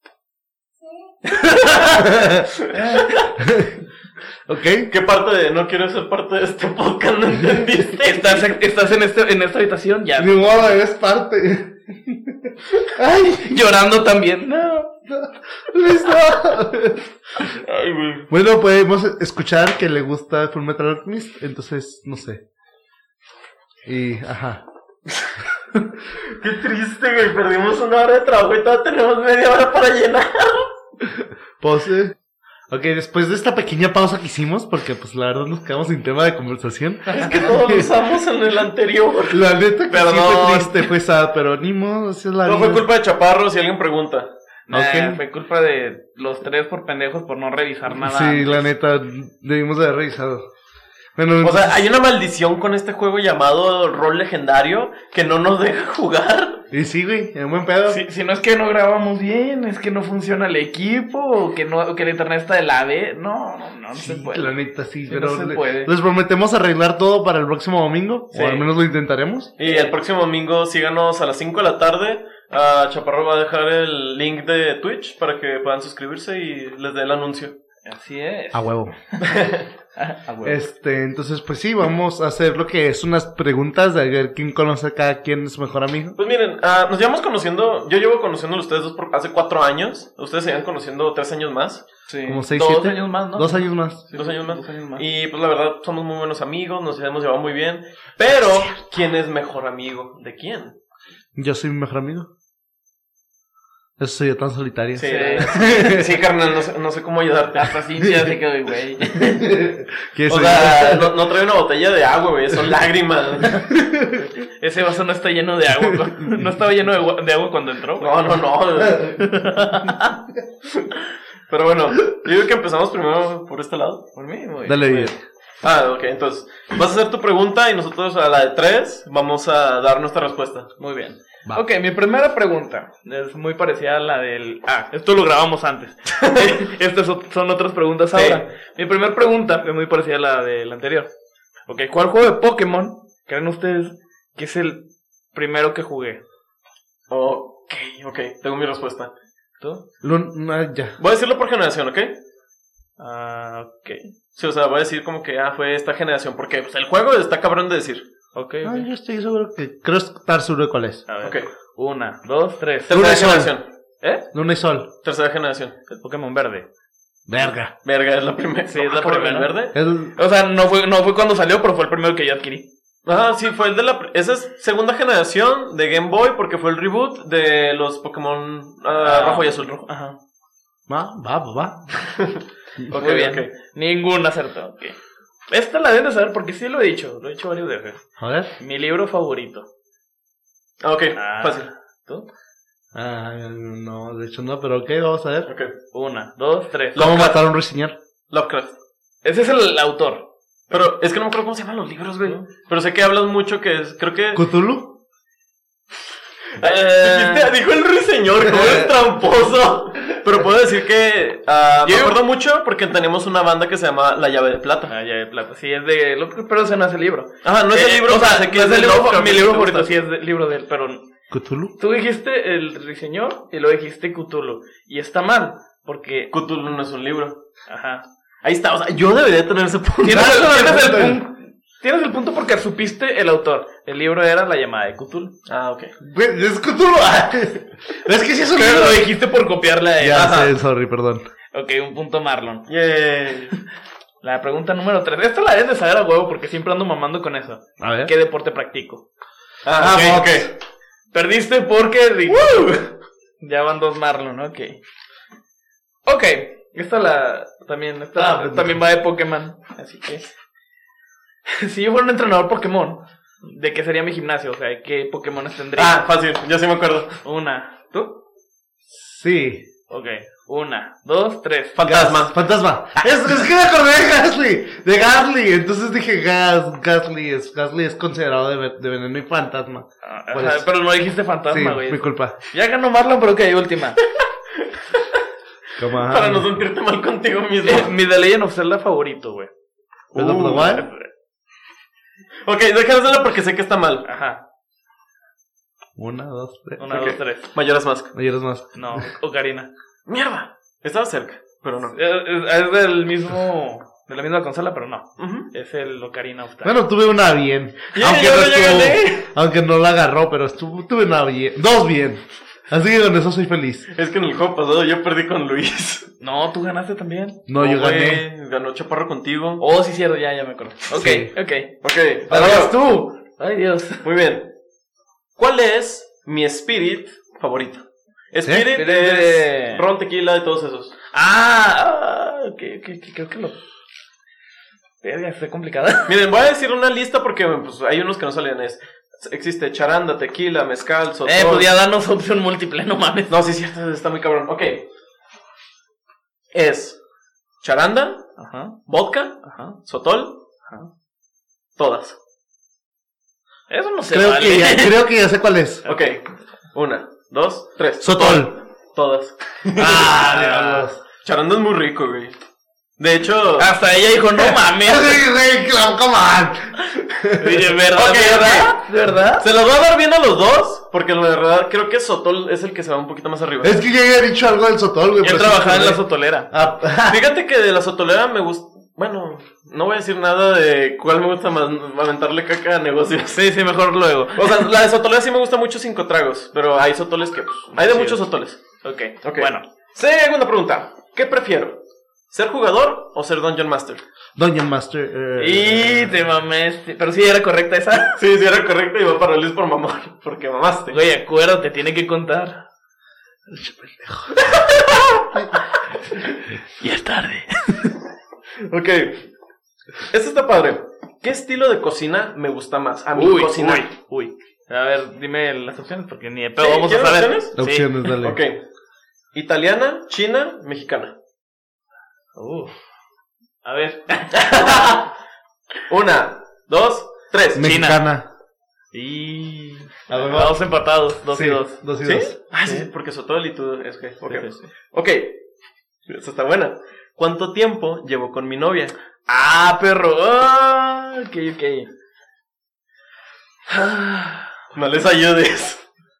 Ok. ¿Qué parte de no quiero ser parte de este podcast no entendiste? ¿Estás en esta habitación? Ya. Ni modo, eres parte. Ay, Llorando también. No. listo. Ay, güey. Bueno, podemos escuchar que le gusta Full Metal Alchemist, entonces, no sé. Y, ajá. Qué triste, güey. Perdimos una hora de trabajo y todavía tenemos media hora para llenar. Pose. Ok, después de esta pequeña pausa que hicimos, porque pues la verdad nos quedamos sin tema de conversación. Es que todos lo usamos en el anterior. La neta que Perdón. sí fue triste, fue sad, pero ni modo, así es la No vida. fue culpa de Chaparro, si alguien pregunta. Ok. Fue culpa de los tres por pendejos por no revisar nada. Sí, antes. la neta, debimos de haber revisado. Bueno, O sea, hay una maldición con este juego llamado Rol Legendario que no nos deja jugar. y sí, güey, en buen pedo. Si no es que no grabamos bien, es que no funciona el equipo, o que el internet está de la B. No se puede. La neta, sí, Sí, pero no se puede. les prometemos arreglar todo para el próximo domingo, Sí. o al menos lo intentaremos. Y el próximo domingo síganos a las 5 de la tarde. Chaparro va a dejar el link de Twitch para que puedan suscribirse y les dé el anuncio. Así es. A huevo. A huevo. Entonces, pues sí, vamos a hacer lo que es unas preguntas de ver quién conoce a cada quien es su mejor amigo. Pues miren, nos llevamos conociendo. Yo llevo conociendo a ustedes dos hace 4 años. Ustedes se llevan conociendo 3 años más. Sí. Como 6, 2 7. años más, ¿no? 2 años más. Sí, 2 años más. 2 años más. Y pues la verdad, somos muy buenos amigos. Nos hemos llevado muy bien. Pero, ¿quién es mejor amigo de quién? Yo soy mi mejor amigo. Eso soy yo tan solitario. Sí, sí, carnal, no sé cómo ayudarte. Hasta Cintia se quedó, güey. ¿Qué O soy? sea, no trae una botella de agua, güey, son lágrimas. Ese vaso no está lleno de agua. No estaba lleno de agua cuando entró, güey. No. Pero bueno, yo digo que empezamos primero por este lado. Por mí, güey. Dale bien. Ok, entonces, vas a hacer tu pregunta y nosotros a la de 3 vamos a dar nuestra respuesta. Muy bien. Va. Ok, mi primera pregunta es muy parecida a la del... esto lo grabamos antes. Estas son otras preguntas Sí. ahora. Mi primera pregunta es muy parecida a la del anterior. Ok, ¿cuál juego de Pokémon creen ustedes que es el primero que jugué? Ok, tengo mi respuesta. ¿Tú? Ya. Voy a decirlo por generación, ¿ok? Ok. Sí, o sea, voy a decir como que fue esta generación, porque pues, el juego está cabrón de decir. Ok. Ah, yo estoy seguro que... Creo estar seguro de cuál es. A ver. Ok. 1, 2, 3. Tercera Luna y Sol. generación. Luna y Sol. Tercera generación. El Pokémon verde. Verga. Verga, es la primera. Sí, es la primera. ¿El verde? O sea, no fue cuando salió, pero fue el primero que yo adquirí. Ajá, sí, fue el de esa es segunda generación de Game Boy porque fue el reboot de los Pokémon rojo y azul. Rojo. Ajá. Va. Ok, Muy bien. ok. Ningún acertó. Ok. Esta la deben de saber porque sí lo he dicho varias veces. A ver. Mi libro favorito. Ok, fácil. ¿Tú? No, de hecho no, pero ok, vamos a ver. Ok. 1, 2, 3. ¿Cómo matar a un ruiseñor? Lovecraft. Ese es el autor. Pero es que no me acuerdo cómo se llaman los libros, güey. Pero sé que hablas mucho que es, creo que... ¿Cthulhu? Dijo el ruiseñor, como es tramposo. Pero puedo decir que me acuerdo mucho porque tenemos una banda que se llama La Llave de Plata. La Llave de Plata. Sí, es de... Pero ese no es el libro. Ajá, no es el libro, o sea, sé que no es el libro, Lovecraft, mi que libro te favorito gusta. sí es el libro de él, pero ¿Cthulhu? Tú dijiste el Ruiseñor y luego dijiste Cthulhu. Y está mal, porque... Cthulhu no es un libro. Ajá. Ahí está, o sea, yo debería tener ese punto. Tienes el punto porque supiste el autor. El libro era La llamada de Cthulhu. Ah, ok. Es Cthulhu. Es que sí es un Pero libro. lo dijiste por copiarle a él. Ya Ajá. sé, sorry, perdón. Ok, un punto Marlon. Yay. La pregunta número 3. Esta la debes de saber a huevo porque siempre ando mamando con eso. A ver. ¿Qué deporte practico? Ok. Perdiste porque... Ya van 2 Marlon, ok. Ok. Esta también va de Pokémon. Así que... Si yo fuera un entrenador Pokémon, ¿de qué sería mi gimnasio? O sea, ¿qué Pokémon tendría? Ah, fácil, ya sí me acuerdo. Una. ¿Tú? Sí. Ok. 1, 2, 3. Fantasma. Es que me acordé de Gastly. De Gastly. Entonces dije Gastly es considerado de veneno y fantasma. Pues, pero no dijiste fantasma, sí, güey. mi culpa. Ya ganó Marlon, pero ok, última. Para no sentirte mal contigo mismo. Mi The Legend of Zelda favorito, güey. Ok, déjalo porque sé que está mal. Ajá. 1, 2, 3. 1, 2, 3. Majora's Mask. Majora's Mask. No, Ocarina. Mierda. Estaba cerca, pero no. Es del mismo... De la misma consola, pero no. Uh-huh. Es el Ocarina of Time. Bueno, tuve una bien. Aunque no la agarró, pero tuve una bien. 2 bien. Así que con eso soy feliz. Es que en el juego pasado yo perdí con Luis. No, tú ganaste también. No, yo gané. Ganó Chaparro contigo. Oh, sí, cierto, ya me acuerdo. Ok, Sí. ok. Ahora vas tú. Ay, Dios. Muy bien. ¿Cuál es mi spirit favorito? Spirit es de... ron, tequila y todos esos. Ok, creo que lo... Verga, fue complicada. Miren, voy a decir una lista porque pues, hay unos que no salen. Existe charanda, tequila, mezcal, sotol. Pues ya danos opción múltiple, no mames. No, sí, cierto, está muy cabrón. Ok. Es charanda, Ajá, vodka, ajá, sotol, ajá. todas. Eso no se Creo vale. que ya sé cuál es. Ok. 1, 2, 3. Sotol. Todas. Diablos. Charanda es muy rico, güey. De hecho... Hasta ella dijo, no mames. Come on. Oye, ¿verdad? Ok, ¿Verdad? ¿Verdad? Se los voy a dar bien a los dos, porque la verdad creo que Sotol es el que se va un poquito más arriba. Es que ya había dicho algo del Sotol, güey. Yo trabajaba en la sotolera. Fíjate que de la sotolera me gusta... Bueno, no voy a decir nada de cuál me gusta más aventarle caca a negocios. Sí, mejor luego. O sea, la de sotolera sí me gusta mucho 5 tragos, pero hay sotoles que... Pues, hay de muchos sotoles. Ok, Bueno. Segunda pregunta. ¿Qué prefiero? ¿Ser jugador o ser Dungeon Master? Dungeon Master. Y te mamaste. Pero sí era correcta esa. Sí, era correcto y va para Luis por mamón. Porque mamaste. Güey, acuérdate, tiene que contar. Y es tarde. Ok. Esto está padre. ¿Qué estilo de cocina me gusta más? A mí cocinar. Uy. A ver, dime las opciones porque ni de pedo ¿Sí? vamos a ¿Quieres saber. opciones? Opciones, dale. Ok. Italiana, china, mexicana. A ver. 1, 2, 3. Mexicana. Y... A ver, vamos empatados, 2 y 2. 2 y ¿Sí? 2. Ah, sí, porque Sotol y tú... Es que... Okay. Sí. Ok. Esta está buena. ¿Cuánto tiempo llevo con mi novia? Ah, perro. Ok. No les ayudes.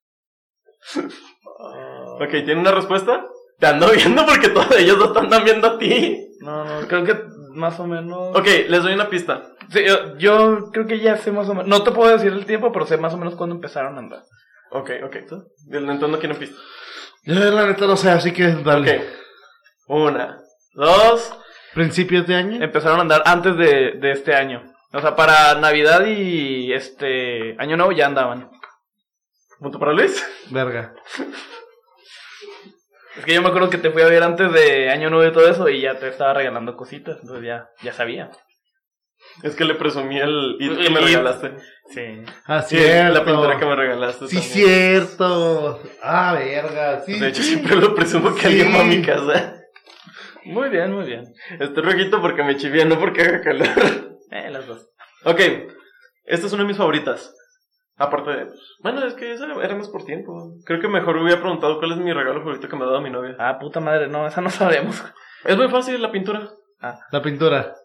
Ok, ¿tiene una respuesta? Te ando viendo porque todos ellos no están viendo a ti. No, creo que más o menos... Ok, les doy una pista. Sí, yo creo que ya sé más o menos... No te puedo decir el tiempo, pero sé más o menos cuándo empezaron a andar. Ok. Entonces no quieren pista. Yo la neta no sé, así que dale. Ok. 1, 2... ¿Principios de año? Empezaron a andar antes de este año. O sea, para Navidad y Año Nuevo ya andaban. ¿Punto para Luis? Verga. Es que yo me acuerdo que te fui a ver antes de Año Nuevo y todo eso y ya te estaba regalando cositas, entonces ya sabía. Es que le presumí el IT que me IT. regalaste. Sí. Ah, Sí, cierto. la pintura que me regalaste. Sí, también. cierto. Ah, verga. Sí. De hecho, siempre lo presumo que Sí. alguien va a mi casa. Muy bien. Estoy rojito porque me chivié, no porque haga calor. Las dos. Ok, esta es una de mis favoritas. Aparte de... Bueno, es que eso era más por tiempo. Creo que mejor hubiera preguntado cuál es mi regalo favorito que me ha dado mi novia. Ah, puta madre, no, esa no sabemos. Es muy fácil la pintura. La pintura.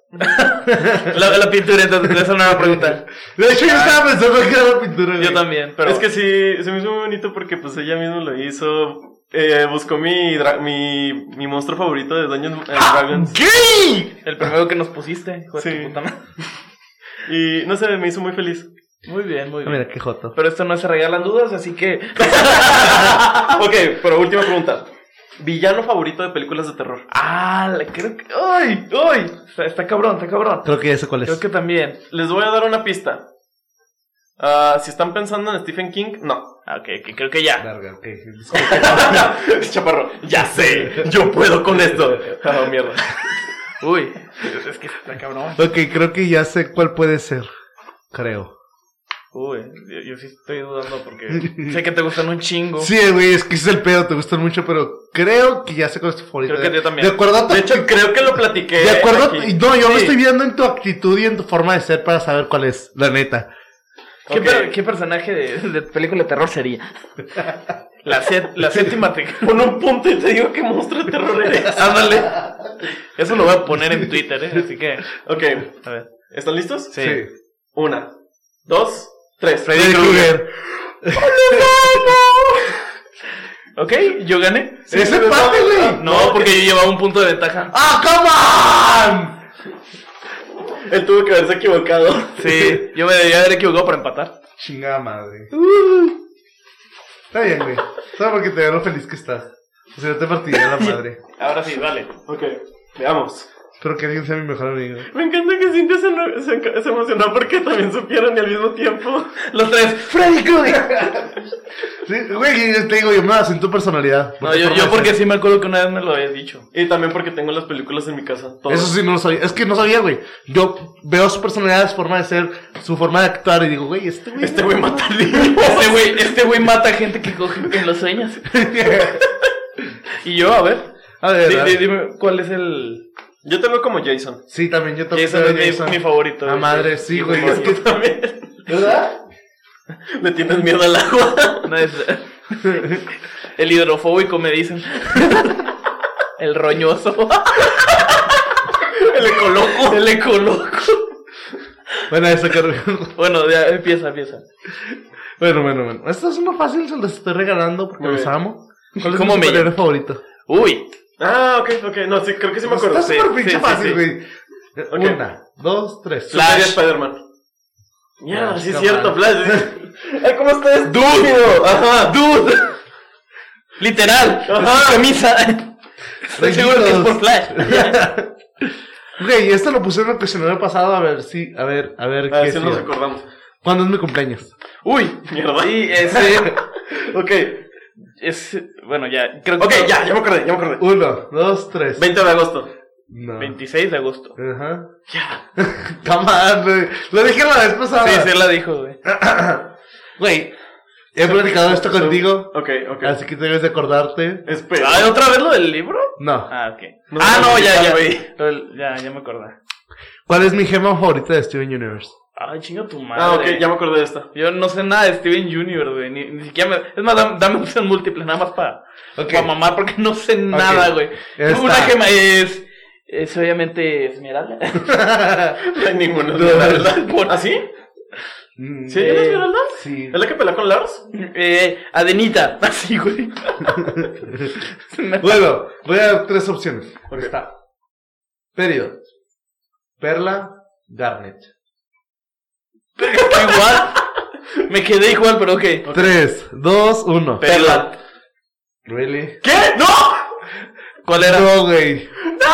La pintura, entonces, esa no era la pregunta. De hecho, yo estaba pensando que era la pintura, güey. Yo también, pero... Es que sí, se me hizo muy bonito porque pues ella misma lo hizo. Buscó mi monstruo favorito de Dungeons and Dragons. ¿Qué? El primero que nos pusiste, hijo de Sí. tu puta madre. Y no sé, me hizo muy feliz. Muy bien, muy bien. Mira, qué joto. Pero esto no se regalan dudas, así que... Ok, pero última pregunta. ¿Villano favorito de películas de terror? Creo que... ¡Ay! ¡Ay! Está cabrón, está cabrón. Creo que ya sé cuál es. Creo que también. Les voy a dar una pista. Si están pensando en Stephen King, no. Ok, creo que ya. Verga, ok. Chaparro, ya sé, yo puedo con esto. Oh, mierda. Uy, es que está cabrón. Ok, creo que ya sé cuál puede ser. Creo. Uy, yo sí estoy dudando porque sé que te gustan un chingo. Sí, güey, es que ese es el pedo, te gustan mucho, pero creo que ya sé cuál es tu favorito. Creo que yo también. De acuerdo a tu... De hecho, creo que lo platiqué. De acuerdo, aquí. no, yo Sí. me estoy viendo en tu actitud y en tu forma de ser para saber cuál es, la neta. ¿Qué, Ok. ¿Qué personaje de película de terror sería? La séptima te... Pon un punto y te digo qué monstruo de terror eres. Ándale. Eso lo voy a poner en Twitter, así que... Ok, A ver. ¿están listos? Sí. 1, 2, 3. Freddy Krueger. Ok, yo gané. ¡Es empate, güey! No, porque yo llevaba un punto de ventaja. ¡Ah, come on! Él tuvo que haberse equivocado. Sí, yo me debería haber equivocado para empatar. Chingada madre. Está bien, güey. ¿Sabes por qué te veo lo feliz que estás? O sea, yo te partiría la madre. Ahora sí, dale. Ok, veamos. Espero que alguien sea mi mejor amigo. Me encanta que Cintia se emocionó porque también supieron y al mismo tiempo. Los tres. ¡Freddy Krueger! Sí, güey, te digo, yo me baso en tu personalidad. No, yo porque sí me acuerdo que una vez me lo habías dicho. Y también porque tengo las películas en mi casa. Todas. Eso sí no lo sabía. Es que no sabía, güey. Yo veo su personalidad, su forma de ser, su forma de actuar y digo, güey, este güey mata al niño. Este güey mata a gente que coge en los sueños. Y yo, a ver. A ver, Dime cuál es el... Yo te veo como Jason. sí, también yo también. Jason es mi favorito. La madre, sí, güey. Es que también. ¿Verdad? Le tienes miedo al agua. No es... El hidrofóbico me dicen. El roñoso. El ecoloco. El ecoloco. Bueno, eso que... Bueno, ya empieza. Bueno. Esto es uno fácil, se los estoy regalando porque Muy los bien. amo. ¿Cuál es ¿Cómo tu me superhéroe llamo? favorito? Uy. Ok. No, sí, creo que sí me acuerdo. Está súper pinche sí, fácil, sí. güey. Ok. 1, 2, 3. Flash. Super Spider-Man. Mierda, Flash, sí es no cierto, mames. Flash. Ay, ¿cómo estás? Dude. Ajá. Dude. Literal. Ajá. Su camisa. Estoy seguro que es por Flash. Güey, esto lo puse en el cuestionario pasado, a ver si, a ver A qué ver si nos sigue. acordamos. ¿Cuándo es mi cumpleaños? Uy. Mierda. Sí, ese... Ok. Bueno, ya. Creo que... Ok, ya me acordé. 1, 2, 3. 20 de agosto. No. 26 de agosto. Ajá. Ya. Come on, güey. Lo dije la vez pasada. Sí, la dijo, güey. Güey, he platicado esto contigo, Ok. así que debes de acordarte. Espera. Ah, ¿otra vez lo del libro? No. Ah, ok. No, No, ya, ya, güey. Ya me acordé. ¿Cuál es mi gema favorita de Steven Universe? Ay, chinga tu madre. Ah, ok, ya me acordé de esta. Yo no sé nada de Steven Universe, güey. Ni siquiera me... Es más, dame opción múltiple, nada más para mamar, porque no sé nada, güey. Está. Una gema es obviamente Esmeralda. No hay ninguna. No. ¿Ah, sí? ¿Sí hay una Esmeralda? Sí. ¿Es la que pelea con Lars? Adenita. Así, güey. Bueno, voy a dar 3 opciones. Ok. Está. Peridot, Perla, Garnet. Igual. Me quedé igual, pero ok. 3, 2, 1. Perla. ¿Really? ¿Qué? ¡No! ¿Cuál era? No, güey.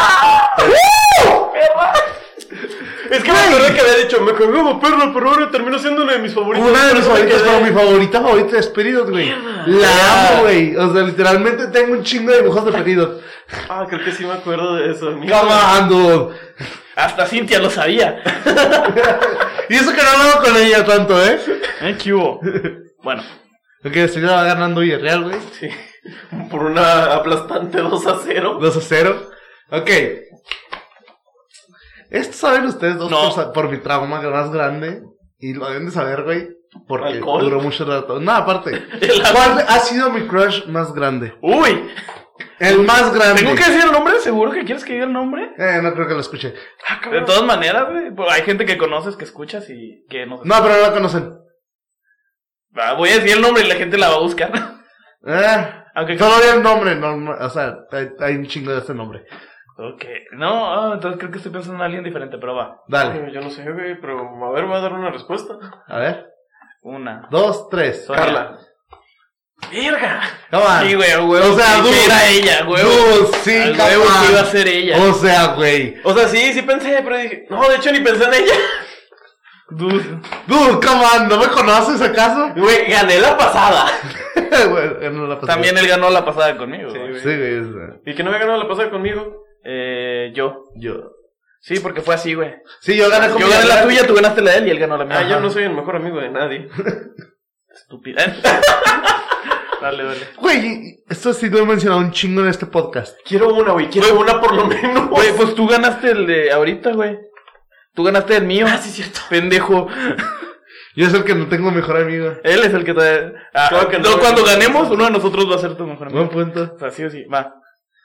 Es que me acuerdo que había dicho, me cagaba perro, pero ahora terminó siendo una de mis favoritas. Una de mis Por eso me favoritas, quedé. pero mi favorita es Peridot, güey. La amo, güey. O sea, literalmente tengo un chingo de dibujos de Peridot. Ah, creo que sí me acuerdo de eso. Come on, dude. Hasta Cintia lo sabía. Y eso que no hablaba con ella tanto, ¿eh? ¿Qué hubo? Bueno. Ok, se va ganando Villarreal, güey. Sí. Por una aplastante 2-0. 2-0. Ok. Esto saben ustedes dos No. por mi trauma más grande. Y lo deben de saber, güey. Porque ¿Alcohol? duró mucho rato. No, aparte. El ¿Cuál ha sido mi crush más grande? Uy. El más grande. ¿Tengo que decir el nombre? ¿Seguro que quieres que diga el nombre? No creo que lo escuche. De todas maneras, güey. Hay gente que conoces, que escuchas y que no. No, pero no la conocen. Voy a decir el nombre y la gente la va a buscar. Aunque todavía el nombre, no, o sea, hay un chingo de este nombre. Ok, no, entonces creo que estoy pensando en alguien diferente, pero va. Dale. Yo no sé, güey, pero a ver, voy a dar una respuesta. A ver. 1, 2, 3. Sonia. Carla. ¡Verga! Come on. Sí, güey, güey. O sea, que era ella, güey. Sí, güey, que iba a ser ella. O sea, güey. O sea, sí pensé, pero dije, no, de hecho ni pensé en ella. Dude, come on, ¿no me conoces acaso? Güey, gané la pasada. Bueno, ganó la pasada. También él ganó la pasada conmigo. Sí, güey. Sí, güey. ¿Y que no había ganado la pasada conmigo? Yo. Sí, porque fue así, güey. Sí, yo gané con Yo gané la tuya, tú ganaste la de él y él ganó la mía. Yo no soy el mejor amigo de nadie. Estúpida. Dale. Güey, esto sí lo he mencionado un chingo en este podcast. Quiero una, güey, quiero una por lo menos. Güey, pues tú ganaste el de ahorita, güey. Tú ganaste el mío. Sí, cierto. Pendejo. Yo soy el que no tengo mejor amigo. Él es el que te... Claro que no. Cuando ganemos, uno de nosotros va a ser tu mejor amigo. Buen punto. O sea, sí o sí, va.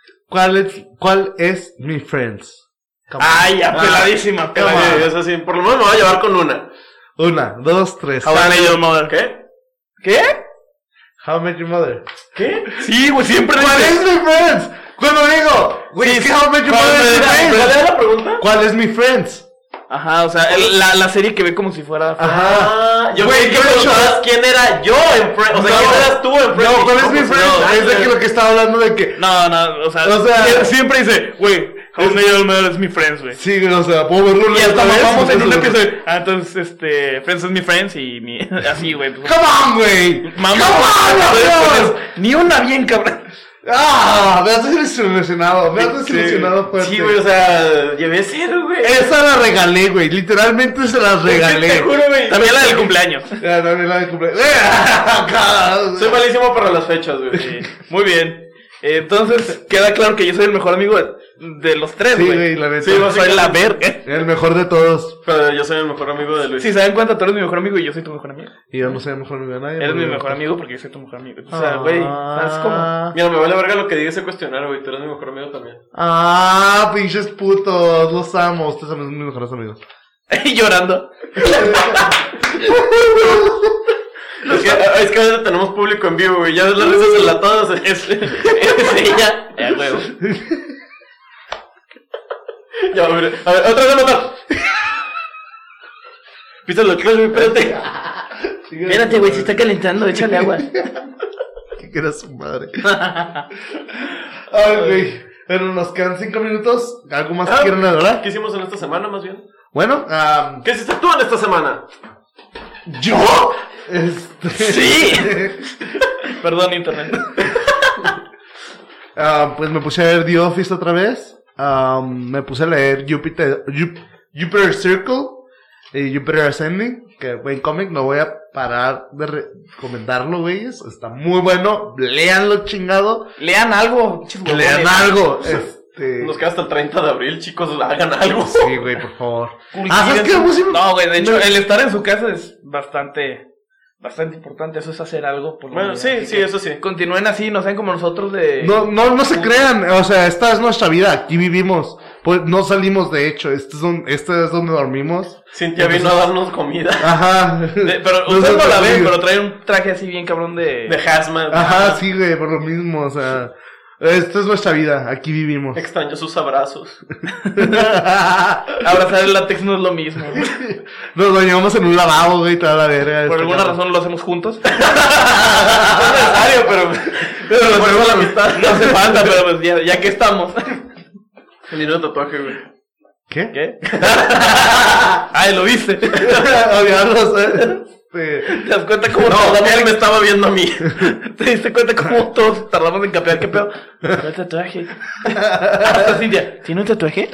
¿Cuál es mi friends? Ay, ya, peladísima. Eso sí, por lo menos me voy a llevar con una. 1, 2, 3. How I Met Your Mother. ¿Qué? How I Met Your Mother. ¿Qué? Sí, güey, siempre ¿Cuál es mi friends? Cuando digo, güey, es que How I Met Your Mother es mi friends. ¿Cuál era la pregunta? ¿Cuál es mi friends? Ajá, o sea, la serie que ve como si fuera... Ajá. Yo Güey, creí que preguntabas quién era yo en Friends. O sea, ¿quién eras tú en Friends? No, ¿cuál es mi friends? Es de que lo que estaba hablando de que... No, o sea, siempre dice, güey, How I Met Your Mother es mi friends, güey. Sí, o sea, puedo verlo Y hasta otra vez, vamos en un entonces- episodio. Entonces, Friends es mi friends y mi... Así, güey. ¡Come on, güey! Mamá, ¡Come on, ni una bien, cabrón. me has desilusionado, fuerte. Sí, güey, o sea, llevé 0, güey. Esa la regalé, güey, literalmente se las regalé. Te juro, güey. También la del cumpleaños. Ya, también la de cumpleaños. Soy malísimo para las fechas, güey. Sí, muy bien. Entonces, queda claro que yo soy el mejor amigo de los tres, Sí, güey. güey, la neta. Sí, soy la verga. El mejor de todos. Pero yo soy el mejor amigo de Luis. Si se dan cuenta, tú eres mi mejor amigo y yo soy tu mejor amigo. Y yo no soy el mejor amigo de nadie. Eres mi porque- mejor amigo porque yo soy tu mejor amigo. O sea, güey, ¿sabes cómo? Mira, me vale verga lo que diga ese cuestionario, güey. Tú eres mi mejor amigo también. Pinches putos, los amo. Ustedes son mis mejores amigos. Y llorando. Es que ahora tenemos público en vivo, güey. Ya ves las risas enlatadas. Es ella. Huevo. Ya, a ver, otra vez matar. Písalo, claro, güey, espérate. Espérate, güey, se está calentando, échale agua. Que era su madre. Ay, güey. Bueno, nos quedan 5 minutos. ¿Algo más que quieran hablar? ¿Qué hicimos en esta semana, más bien? Bueno, ¿Qué hiciste tú en esta semana? ¿yo? Sí. Perdón, internet. Pues me puse a ver The Office otra vez. Me puse a leer Jupiter Circle y Jupiter Ascending, que buen cómic, no voy a parar de recomendarlo, güeyes. Está muy bueno, léanlo, chingado. Lean algo. Lean algo. Nos queda hasta el 30 de abril, chicos, hagan algo. Sí, güey, por favor. ¿Sabes qué? No, güey, de hecho, el estar en su casa es bastante importante. Eso es hacer algo por la Bueno, vida. sí, Así sí, que eso sí. Continúen así, no sean como nosotros de... No se crean, o sea, esta es nuestra vida, aquí vivimos. Pues no salimos, de hecho, este es donde dormimos. Cintia vino a darnos comida. Ajá. Pero ustedes no la ven, pero trae un traje así bien cabrón de... De hazmat. Ajá, sí, güey, por lo mismo, o sea, esta es nuestra vida, aquí vivimos. Extraño sus abrazos. Abrazar el látex no es lo mismo. Nos bañamos en un lavabo, güey, toda la verga. Por alguna razón lo hacemos juntos. No es necesario, pero lo hacemos la mitad. No hace falta, pero pues ya que estamos. El dinero de tatuaje, güey. ¿Qué? Ay, lo viste. Odiarlos, ¿Te das cuenta cómo No, él me estaba viendo a mí. ¿Te diste cuenta cómo todos tardamos en capear? ¿Qué pedo? ¿Tiene un tatuaje? Hasta Cintia, ¿tiene un tatuaje?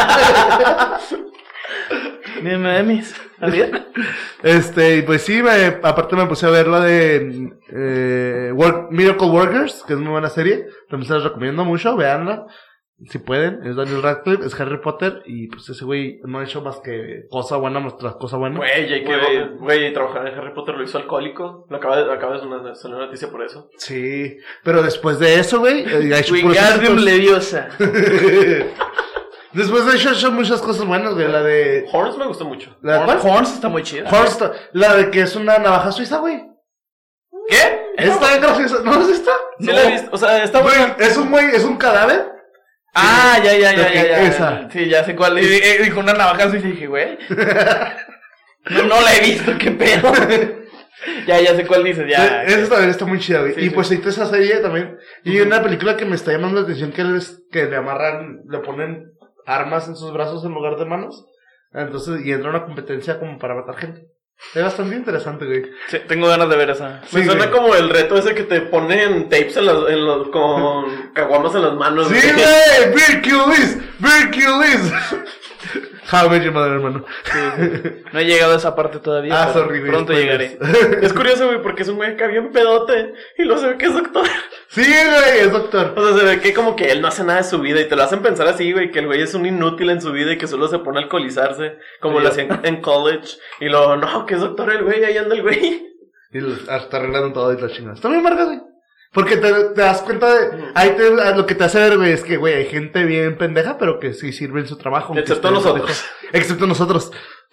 Me mames. Pues sí, aparte me puse a ver la de Miracle Workers, que es muy buena serie. También se las recomiendo mucho, veanla. Si pueden, es Daniel Radcliffe, es Harry Potter, y pues ese güey no ha hecho más que cosa buena tras cosa buena. Güey, trabajar en Harry Potter lo hizo alcohólico. Acaba de salir una noticia por eso. Sí, pero después de eso, güey, ha hecho Wingardium Leviosa. Después ha hecho muchas cosas buenas, güey, la de... Horns me gustó mucho. Horns está muy chida. La de que es una navaja suiza, güey. ¿Qué? Está graciosa, ¿no es esta? Sí la he visto, o sea, está buena. Es un cadáver. Ah, ya. Esa. Sí, ya sé cuál. Dijo una navaja suiza y dije, güey. No la he visto, qué pedo. Ya sé cuál dices, ya. Esa también está muy chida, güey. Sí, y sí. pues ahí está esa serie también. Y una película que me está llamando la atención que le amarran, le ponen armas en sus brazos en lugar de manos. Entonces, y entra una competencia como para matar gente. Es bastante interesante, güey. Sí, tengo ganas de ver esa. Me suena como el reto ese que te ponen tapes con caguamas en las manos. Sí, güey, Hercules. How I Met Your Mother, hermano. Sí. No he llegado a esa parte todavía. Sorry, güey. Pronto llegaré. Es curioso, güey, porque es un güey acá bien pedote y luego se ve que es doctor. Sí, güey, es doctor. O sea, se ve que como que él no hace nada de su vida y te lo hacen pensar así, güey, que el güey es un inútil en su vida y que solo se pone a alcoholizarse, como lo hacían en college. Y luego, no, que es doctor el güey, ahí anda el güey. Y está arreglando todo y la chingada. Está bien, Marga, güey. Porque te das cuenta de... Ahí lo que te hace ver, güey, es que, güey, hay gente bien pendeja, pero que sí sirve en su trabajo. Excepto nosotros. Excepto nosotros.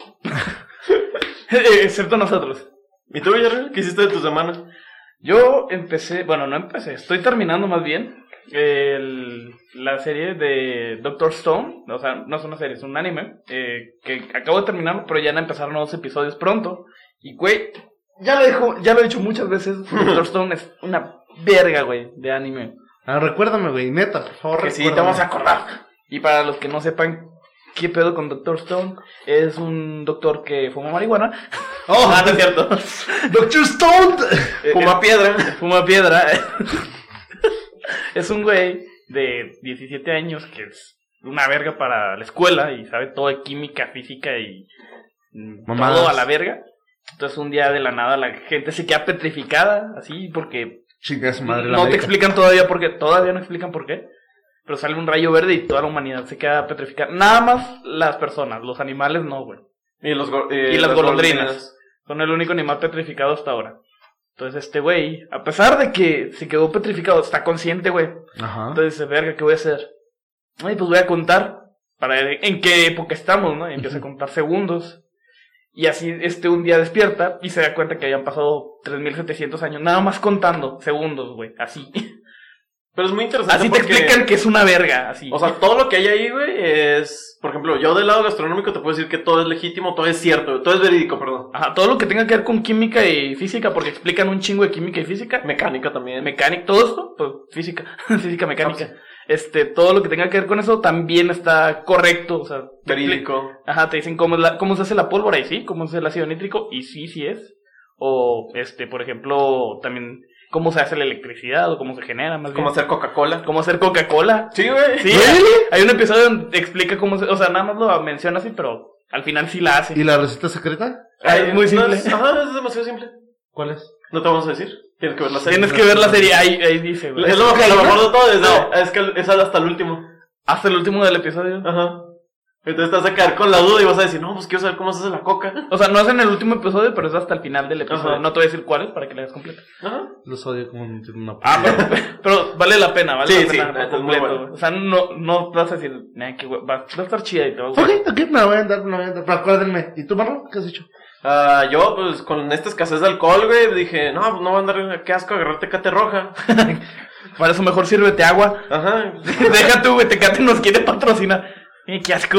Excepto nosotros. ¿Y tú, Villarreal? ¿Qué hiciste de tu semana? Yo estoy terminando más bien la serie de Doctor Stone. O sea, no es una serie, es un anime que acabo de terminar, pero ya van a empezar nuevos episodios pronto. Y, güey, ya lo he dicho muchas veces, Doctor Stone es una verga, güey, de anime. Recuérdame, güey, neta, por favor. Que sí, te vamos a acordar. Y para los que no sepan qué pedo con Doctor Stone, es un doctor que fuma marihuana. Oh, no es cierto. Doctor Stone. Fuma piedra. Es un güey de 17 años que es una verga para la escuela y sabe todo de química, física y todo a la verga. Entonces un día de la nada la gente se queda petrificada, así, porque Chinga su madre, no te explican todavía no explican por qué. Pero sale un rayo verde y toda la humanidad se queda petrificada. Nada más las personas, los animales no, güey. Y las golondrinas. Son el único animal petrificado hasta ahora. Entonces este güey, a pesar de que se quedó petrificado, está consciente, güey. Ajá. Entonces dice, verga, ¿qué voy a hacer? Ay, pues voy a contar para ver en qué época estamos, ¿no? Y empieza a contar segundos. Y así un día despierta y se da cuenta que habían pasado 3700 años, nada más contando segundos, güey, así. Pero es muy interesante. Así te explican que es una verga, así. O sea, todo lo que hay ahí, güey, es... Por ejemplo, yo del lado gastronómico te puedo decir que todo es legítimo, todo es cierto, todo es verídico, perdón. Ajá, todo lo que tenga que ver con química y física, porque explican un chingo de química y física. Mecánica también. Todo esto, pues física, física, mecánica. Todo lo que tenga que ver con eso también está correcto, o sea... Verídico. Ajá, te dicen cómo se hace la pólvora y sí, cómo se hace el ácido nítrico y sí es. O, por ejemplo, también... cómo se hace la electricidad o cómo se genera, más bien. ¿Cómo hacer Coca-Cola? ¿Cómo hacer Coca-Cola? Sí, güey. Sí, hay un episodio donde explica cómo se... O sea, nada más lo menciona así, pero al final sí la hace. ¿Y la receta secreta? Es muy simple. Es demasiado simple. ¿Cuál es? No te vamos a decir. Tienes que ver la serie. Tienes que ver la serie, ahí dice, güey. Es lo mejor de todo, es que es hasta el último. Hasta el último del episodio. Ajá. Entonces te vas a quedar con la duda y vas a decir, no, pues quiero saber cómo se hace la coca. O sea, no es en el último episodio, pero es hasta el final del episodio. Ajá. No te voy a decir cuál es para que la veas completa. Ajá. Los odio como una... pero vale la pena, Sí, por completo. muy bueno. O sea, no vas a decir, que va a estar chida y te va a gustar. Ok, me la voy a andar. Pero acuérdenme. ¿Y tú, Marlon? ¿Qué has hecho? Yo, pues, con esta escasez de alcohol, güey, dije, no, pues no voy a andar, qué asco agarrar Tecate roja. Para eso mejor sírvete agua. Ajá. Deja tú, güey, Tecate nos quiere patrocinar. Qué asco.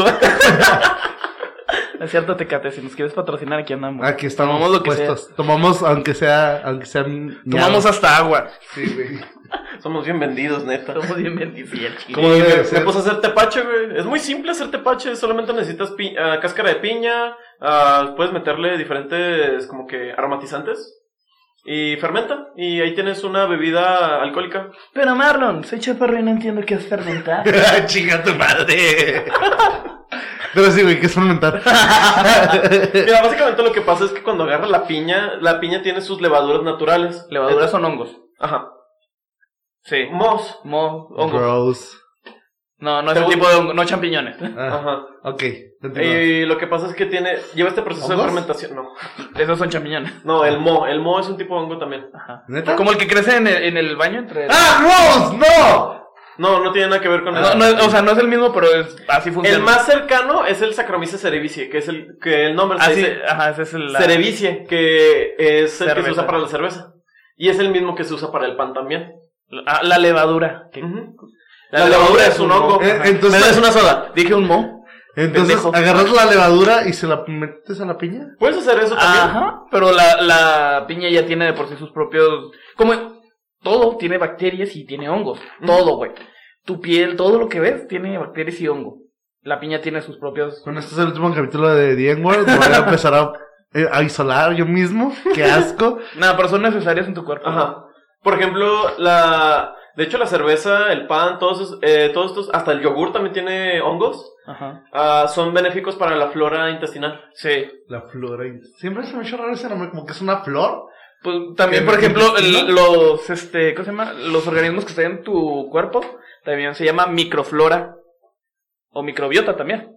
Es cierto, Tecate, si nos quieres patrocinar, aquí andamos. Aquí estamos tomamos lo que puestos. sea. Tomamos, aunque sea Tomamos hasta agua. Sí, güey. Somos bien vendidos, neta. Somos bien bendecidos. ¿Cómo debe ser? Me puse a hacer tepache, güey. Es muy simple hacer tepache. Solamente necesitas cáscara de piña. Puedes meterle diferentes, como que, aromatizantes. Y fermenta. Y ahí tienes una bebida alcohólica. Pero Marlon, soy chaparro y no entiendo qué es fermentar. Chinga tu madre. Pero sí, güey, ¿qué es fermentar? Mira, básicamente lo que pasa es que cuando agarras la piña tiene sus levaduras naturales. Levaduras son hongos. Ajá. Sí. Mohos. Hongos. Gross. No es el tipo de hongo, no champiñones. Ajá. Ok. Y lo que pasa es que lleva este proceso ¿Hongos? de fermentación. No. Esos son champiñones. No, el moho es un tipo de hongo también. Ajá. ¿Neta? Como el que crece en el baño entre... ¡Ah, Rose! ¡No! No tiene nada que ver con eso. No, o sea, no es el mismo, pero así funciona. El más cercano es el Saccharomyces cerevisiae, que es el nombre se dice ese es el... cerevisiae, que es el que Cerveza. se usa para la cerveza. Y es el mismo que se usa para el pan también. La levadura. Ujú. La levadura es un hongo. Entonces- Me das una soda. Dije un mo. Entonces, Pendejo. agarras la levadura y se la metes a la piña. ¿Puedes hacer eso también? Ajá. Pero la piña ya tiene de por sí sus propios... Como todo tiene bacterias y tiene hongos. Todo, güey. Tu piel, todo lo que ves tiene bacterias y hongo. La piña tiene sus propios... Bueno, este es el último capítulo de The N-Word. Voy a empezar a isolar yo mismo. ¡Qué asco! Nada, pero son necesarias en tu cuerpo. Ajá. Por ejemplo, de hecho la cerveza, el pan, todos estos, hasta el yogur también tiene hongos. Ajá. Son benéficos para la flora intestinal. Sí. La flora. Siempre se me ha hecho raro ese nombre, como que es una flor. Pues también, por ejemplo, ¿cómo se llama? Los organismos que están en tu cuerpo también se llama microflora. O microbiota también.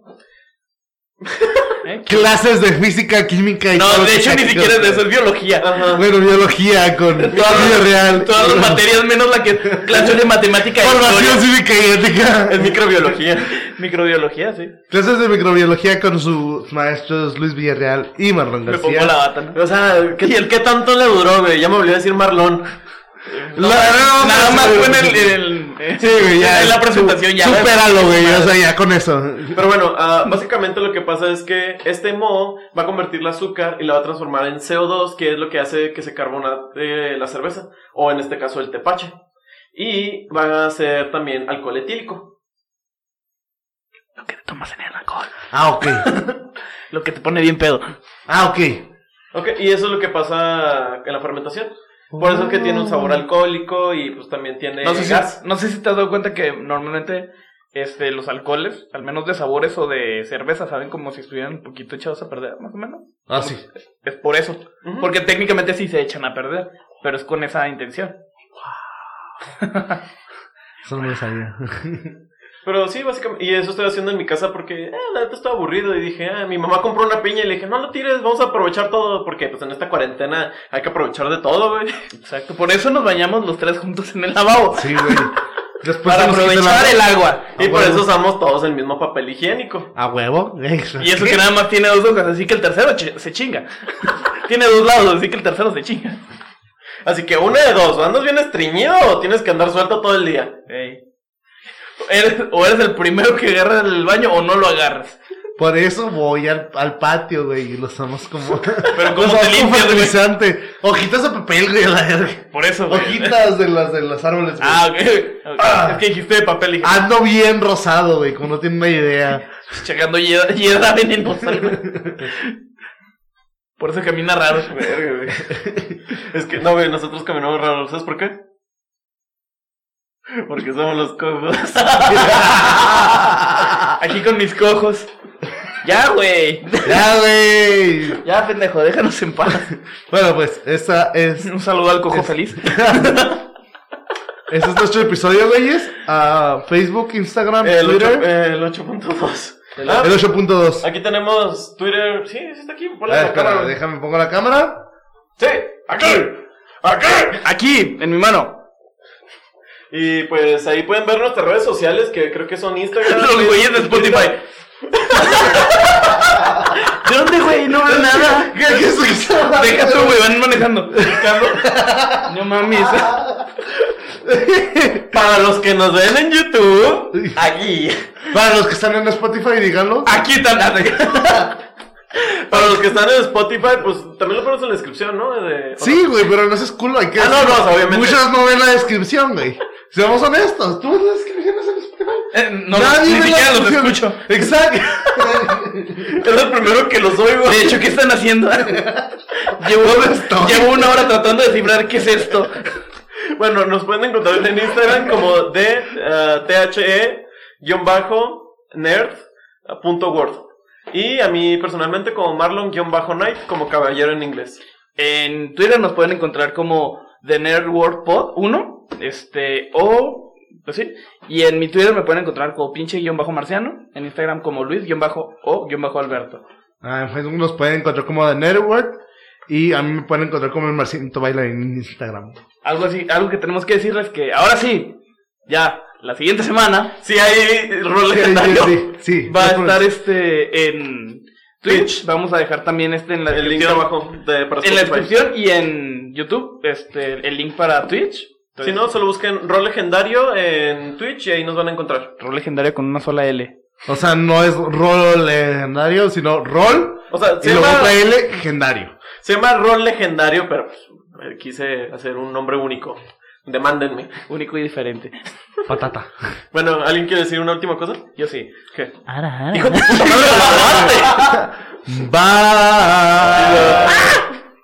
¿Eh? Clases de física, química y No, todo de hecho lo ni que- siquiera es de eso, es biología. Ajá. Bueno, biología con vida real. Todas las materias menos la que clase de matemática y Formación historia. cívica y ética. Es microbiología. Microbiología, sí. Clases de microbiología con sus maestros Luis Villarreal y Marlon Me García. pongo la bata, ¿no? O sea, ¿qué tanto le duró, güey? Ya me volvió a decir Marlon. Nada más fue Sí, güey, ya. en la presentación ya. Supéralo, güey, o sea, ya con eso. Pero bueno, básicamente lo que pasa es que este moho va a convertir el azúcar y la va a transformar en CO2, que es lo que hace que se carbonate la cerveza, o en este caso el tepache. Y va a ser también alcohol etílico. Lo que te tomas en el alcohol. Ah, ok. Lo que te pone bien pedo. Ah, ok. Ok, y eso es lo que pasa en la fermentación. Por eso es que tiene un sabor alcohólico y pues también tiene No sé gas. si te has dado cuenta que normalmente los alcoholes, al menos de sabores o de cerveza, saben como si estuvieran un poquito echados a perder, más o menos. Ah, sí. Es por eso. Ujú. Porque técnicamente sí se echan a perder, pero es con esa intención. Eso no me lo sabía. Pero sí, básicamente, y eso estoy haciendo en mi casa porque la neta estaba aburrido y dije, mi mamá compró una piña y le dije, no lo tires, vamos a aprovechar todo, porque pues en esta cuarentena hay que aprovechar de todo, güey. Exacto. Por eso nos bañamos los tres juntos en el lavabo. Sí, güey. Después Para se nos quita aprovechar el agua. Y A por huevo. eso usamos todos el mismo papel higiénico. ¿A huevo? Y eso que nada más tiene 2 hojas, así que el tercero se chinga. Tiene 2 lados, así que el tercero se chinga. Así que una de dos, ¿o andas bien estreñido o tienes que andar suelto todo el día? Ey. Eres el primero que agarra el baño o no lo agarras. Por eso voy al patio, güey, y lo usamos como... Pero ¿cómo Lo te usamos como limpias, güey? fertilizante. Hojitas de papel, güey, a la verga. Por eso, güey. Hojitas de los árboles, güey. Ah, ok. Es que dijiste de papel y dije, Ando bien rosado, güey, como no tiene una idea. checando hiedra venenosa, güey. Por eso camina raro. Verga, güey. Es que, no, güey, nosotros caminamos raro, ¿sabes por qué? Porque somos los cojos. Aquí con mis cojos. Ya, güey. Ya, güey. Ya, pendejo, déjanos en paz. Bueno, pues, esta es... Un saludo al cojo feliz. Este es nuestro episodio, güeyes. Facebook, Instagram, El Twitter. 8.2. El 8.2. Aquí tenemos Twitter. Sí, está aquí. Ponle A ver, la espera, cámara. déjame pongo la cámara. Sí, aquí. Aquí. Aquí, en mi mano. Y pues ahí pueden ver nuestras redes sociales, que creo que son Instagram. Los güeyes de Facebook, Spotify. ¿De dónde, güey? No veo nada. ¿Qué es eso? Deja tú, güey, van manejando. No mames. Para los que nos ven en YouTube, aquí. Para los que están en Spotify, díganlo. Aquí también. Para los que están en Spotify, pues también lo ponemos en la descripción, ¿no? Sí, güey, pero no es culo, hay que Ah, no, decirlo. no, obviamente. Muchos no ven la descripción, güey. Seamos honestos, tú ves las descripciones en Spotify. No, Nadie ni ve siquiera las los descripciones. escucho. Exacto. Es el primero que los oigo. De hecho, ¿qué están haciendo? ¿Dónde estoy? Llevo 1 hora tratando de descifrar qué es esto. Bueno, nos pueden encontrar en Instagram como de the-nerd.word. Y a mí personalmente como Marlon-Knight, como caballero en inglés. En Twitter nos pueden encontrar como The Nerd World Pod 1. O Pues sí. Y en mi Twitter me pueden encontrar como pinche_marciano. En Instagram como Luis_o_Alberto. En Facebook nos pueden encontrar como The Network. Y a mí me pueden encontrar como el Marcianito Baila en Instagram. Algo así, algo que tenemos que decirles que ahora sí, ya, la siguiente semana. Sí, hay rol legendario. Sí. Va a estar en Twitch. Vamos a dejar también en la el link abajo en la descripción y en YouTube el link para Twitch. Entonces, si no, solo busquen rol legendario en Twitch y ahí nos van a encontrar. Rol legendario con una sola L. O sea, no es rol legendario, sino rol. O sea, y luego otra L legendario. Se llama rol legendario, pero quise hacer un nombre único. Demándenme. Único y diferente. Patata. Bueno, ¿alguien quiere decir una última cosa? Yo sí. ¿Qué? Hijo de puta madre, Bye.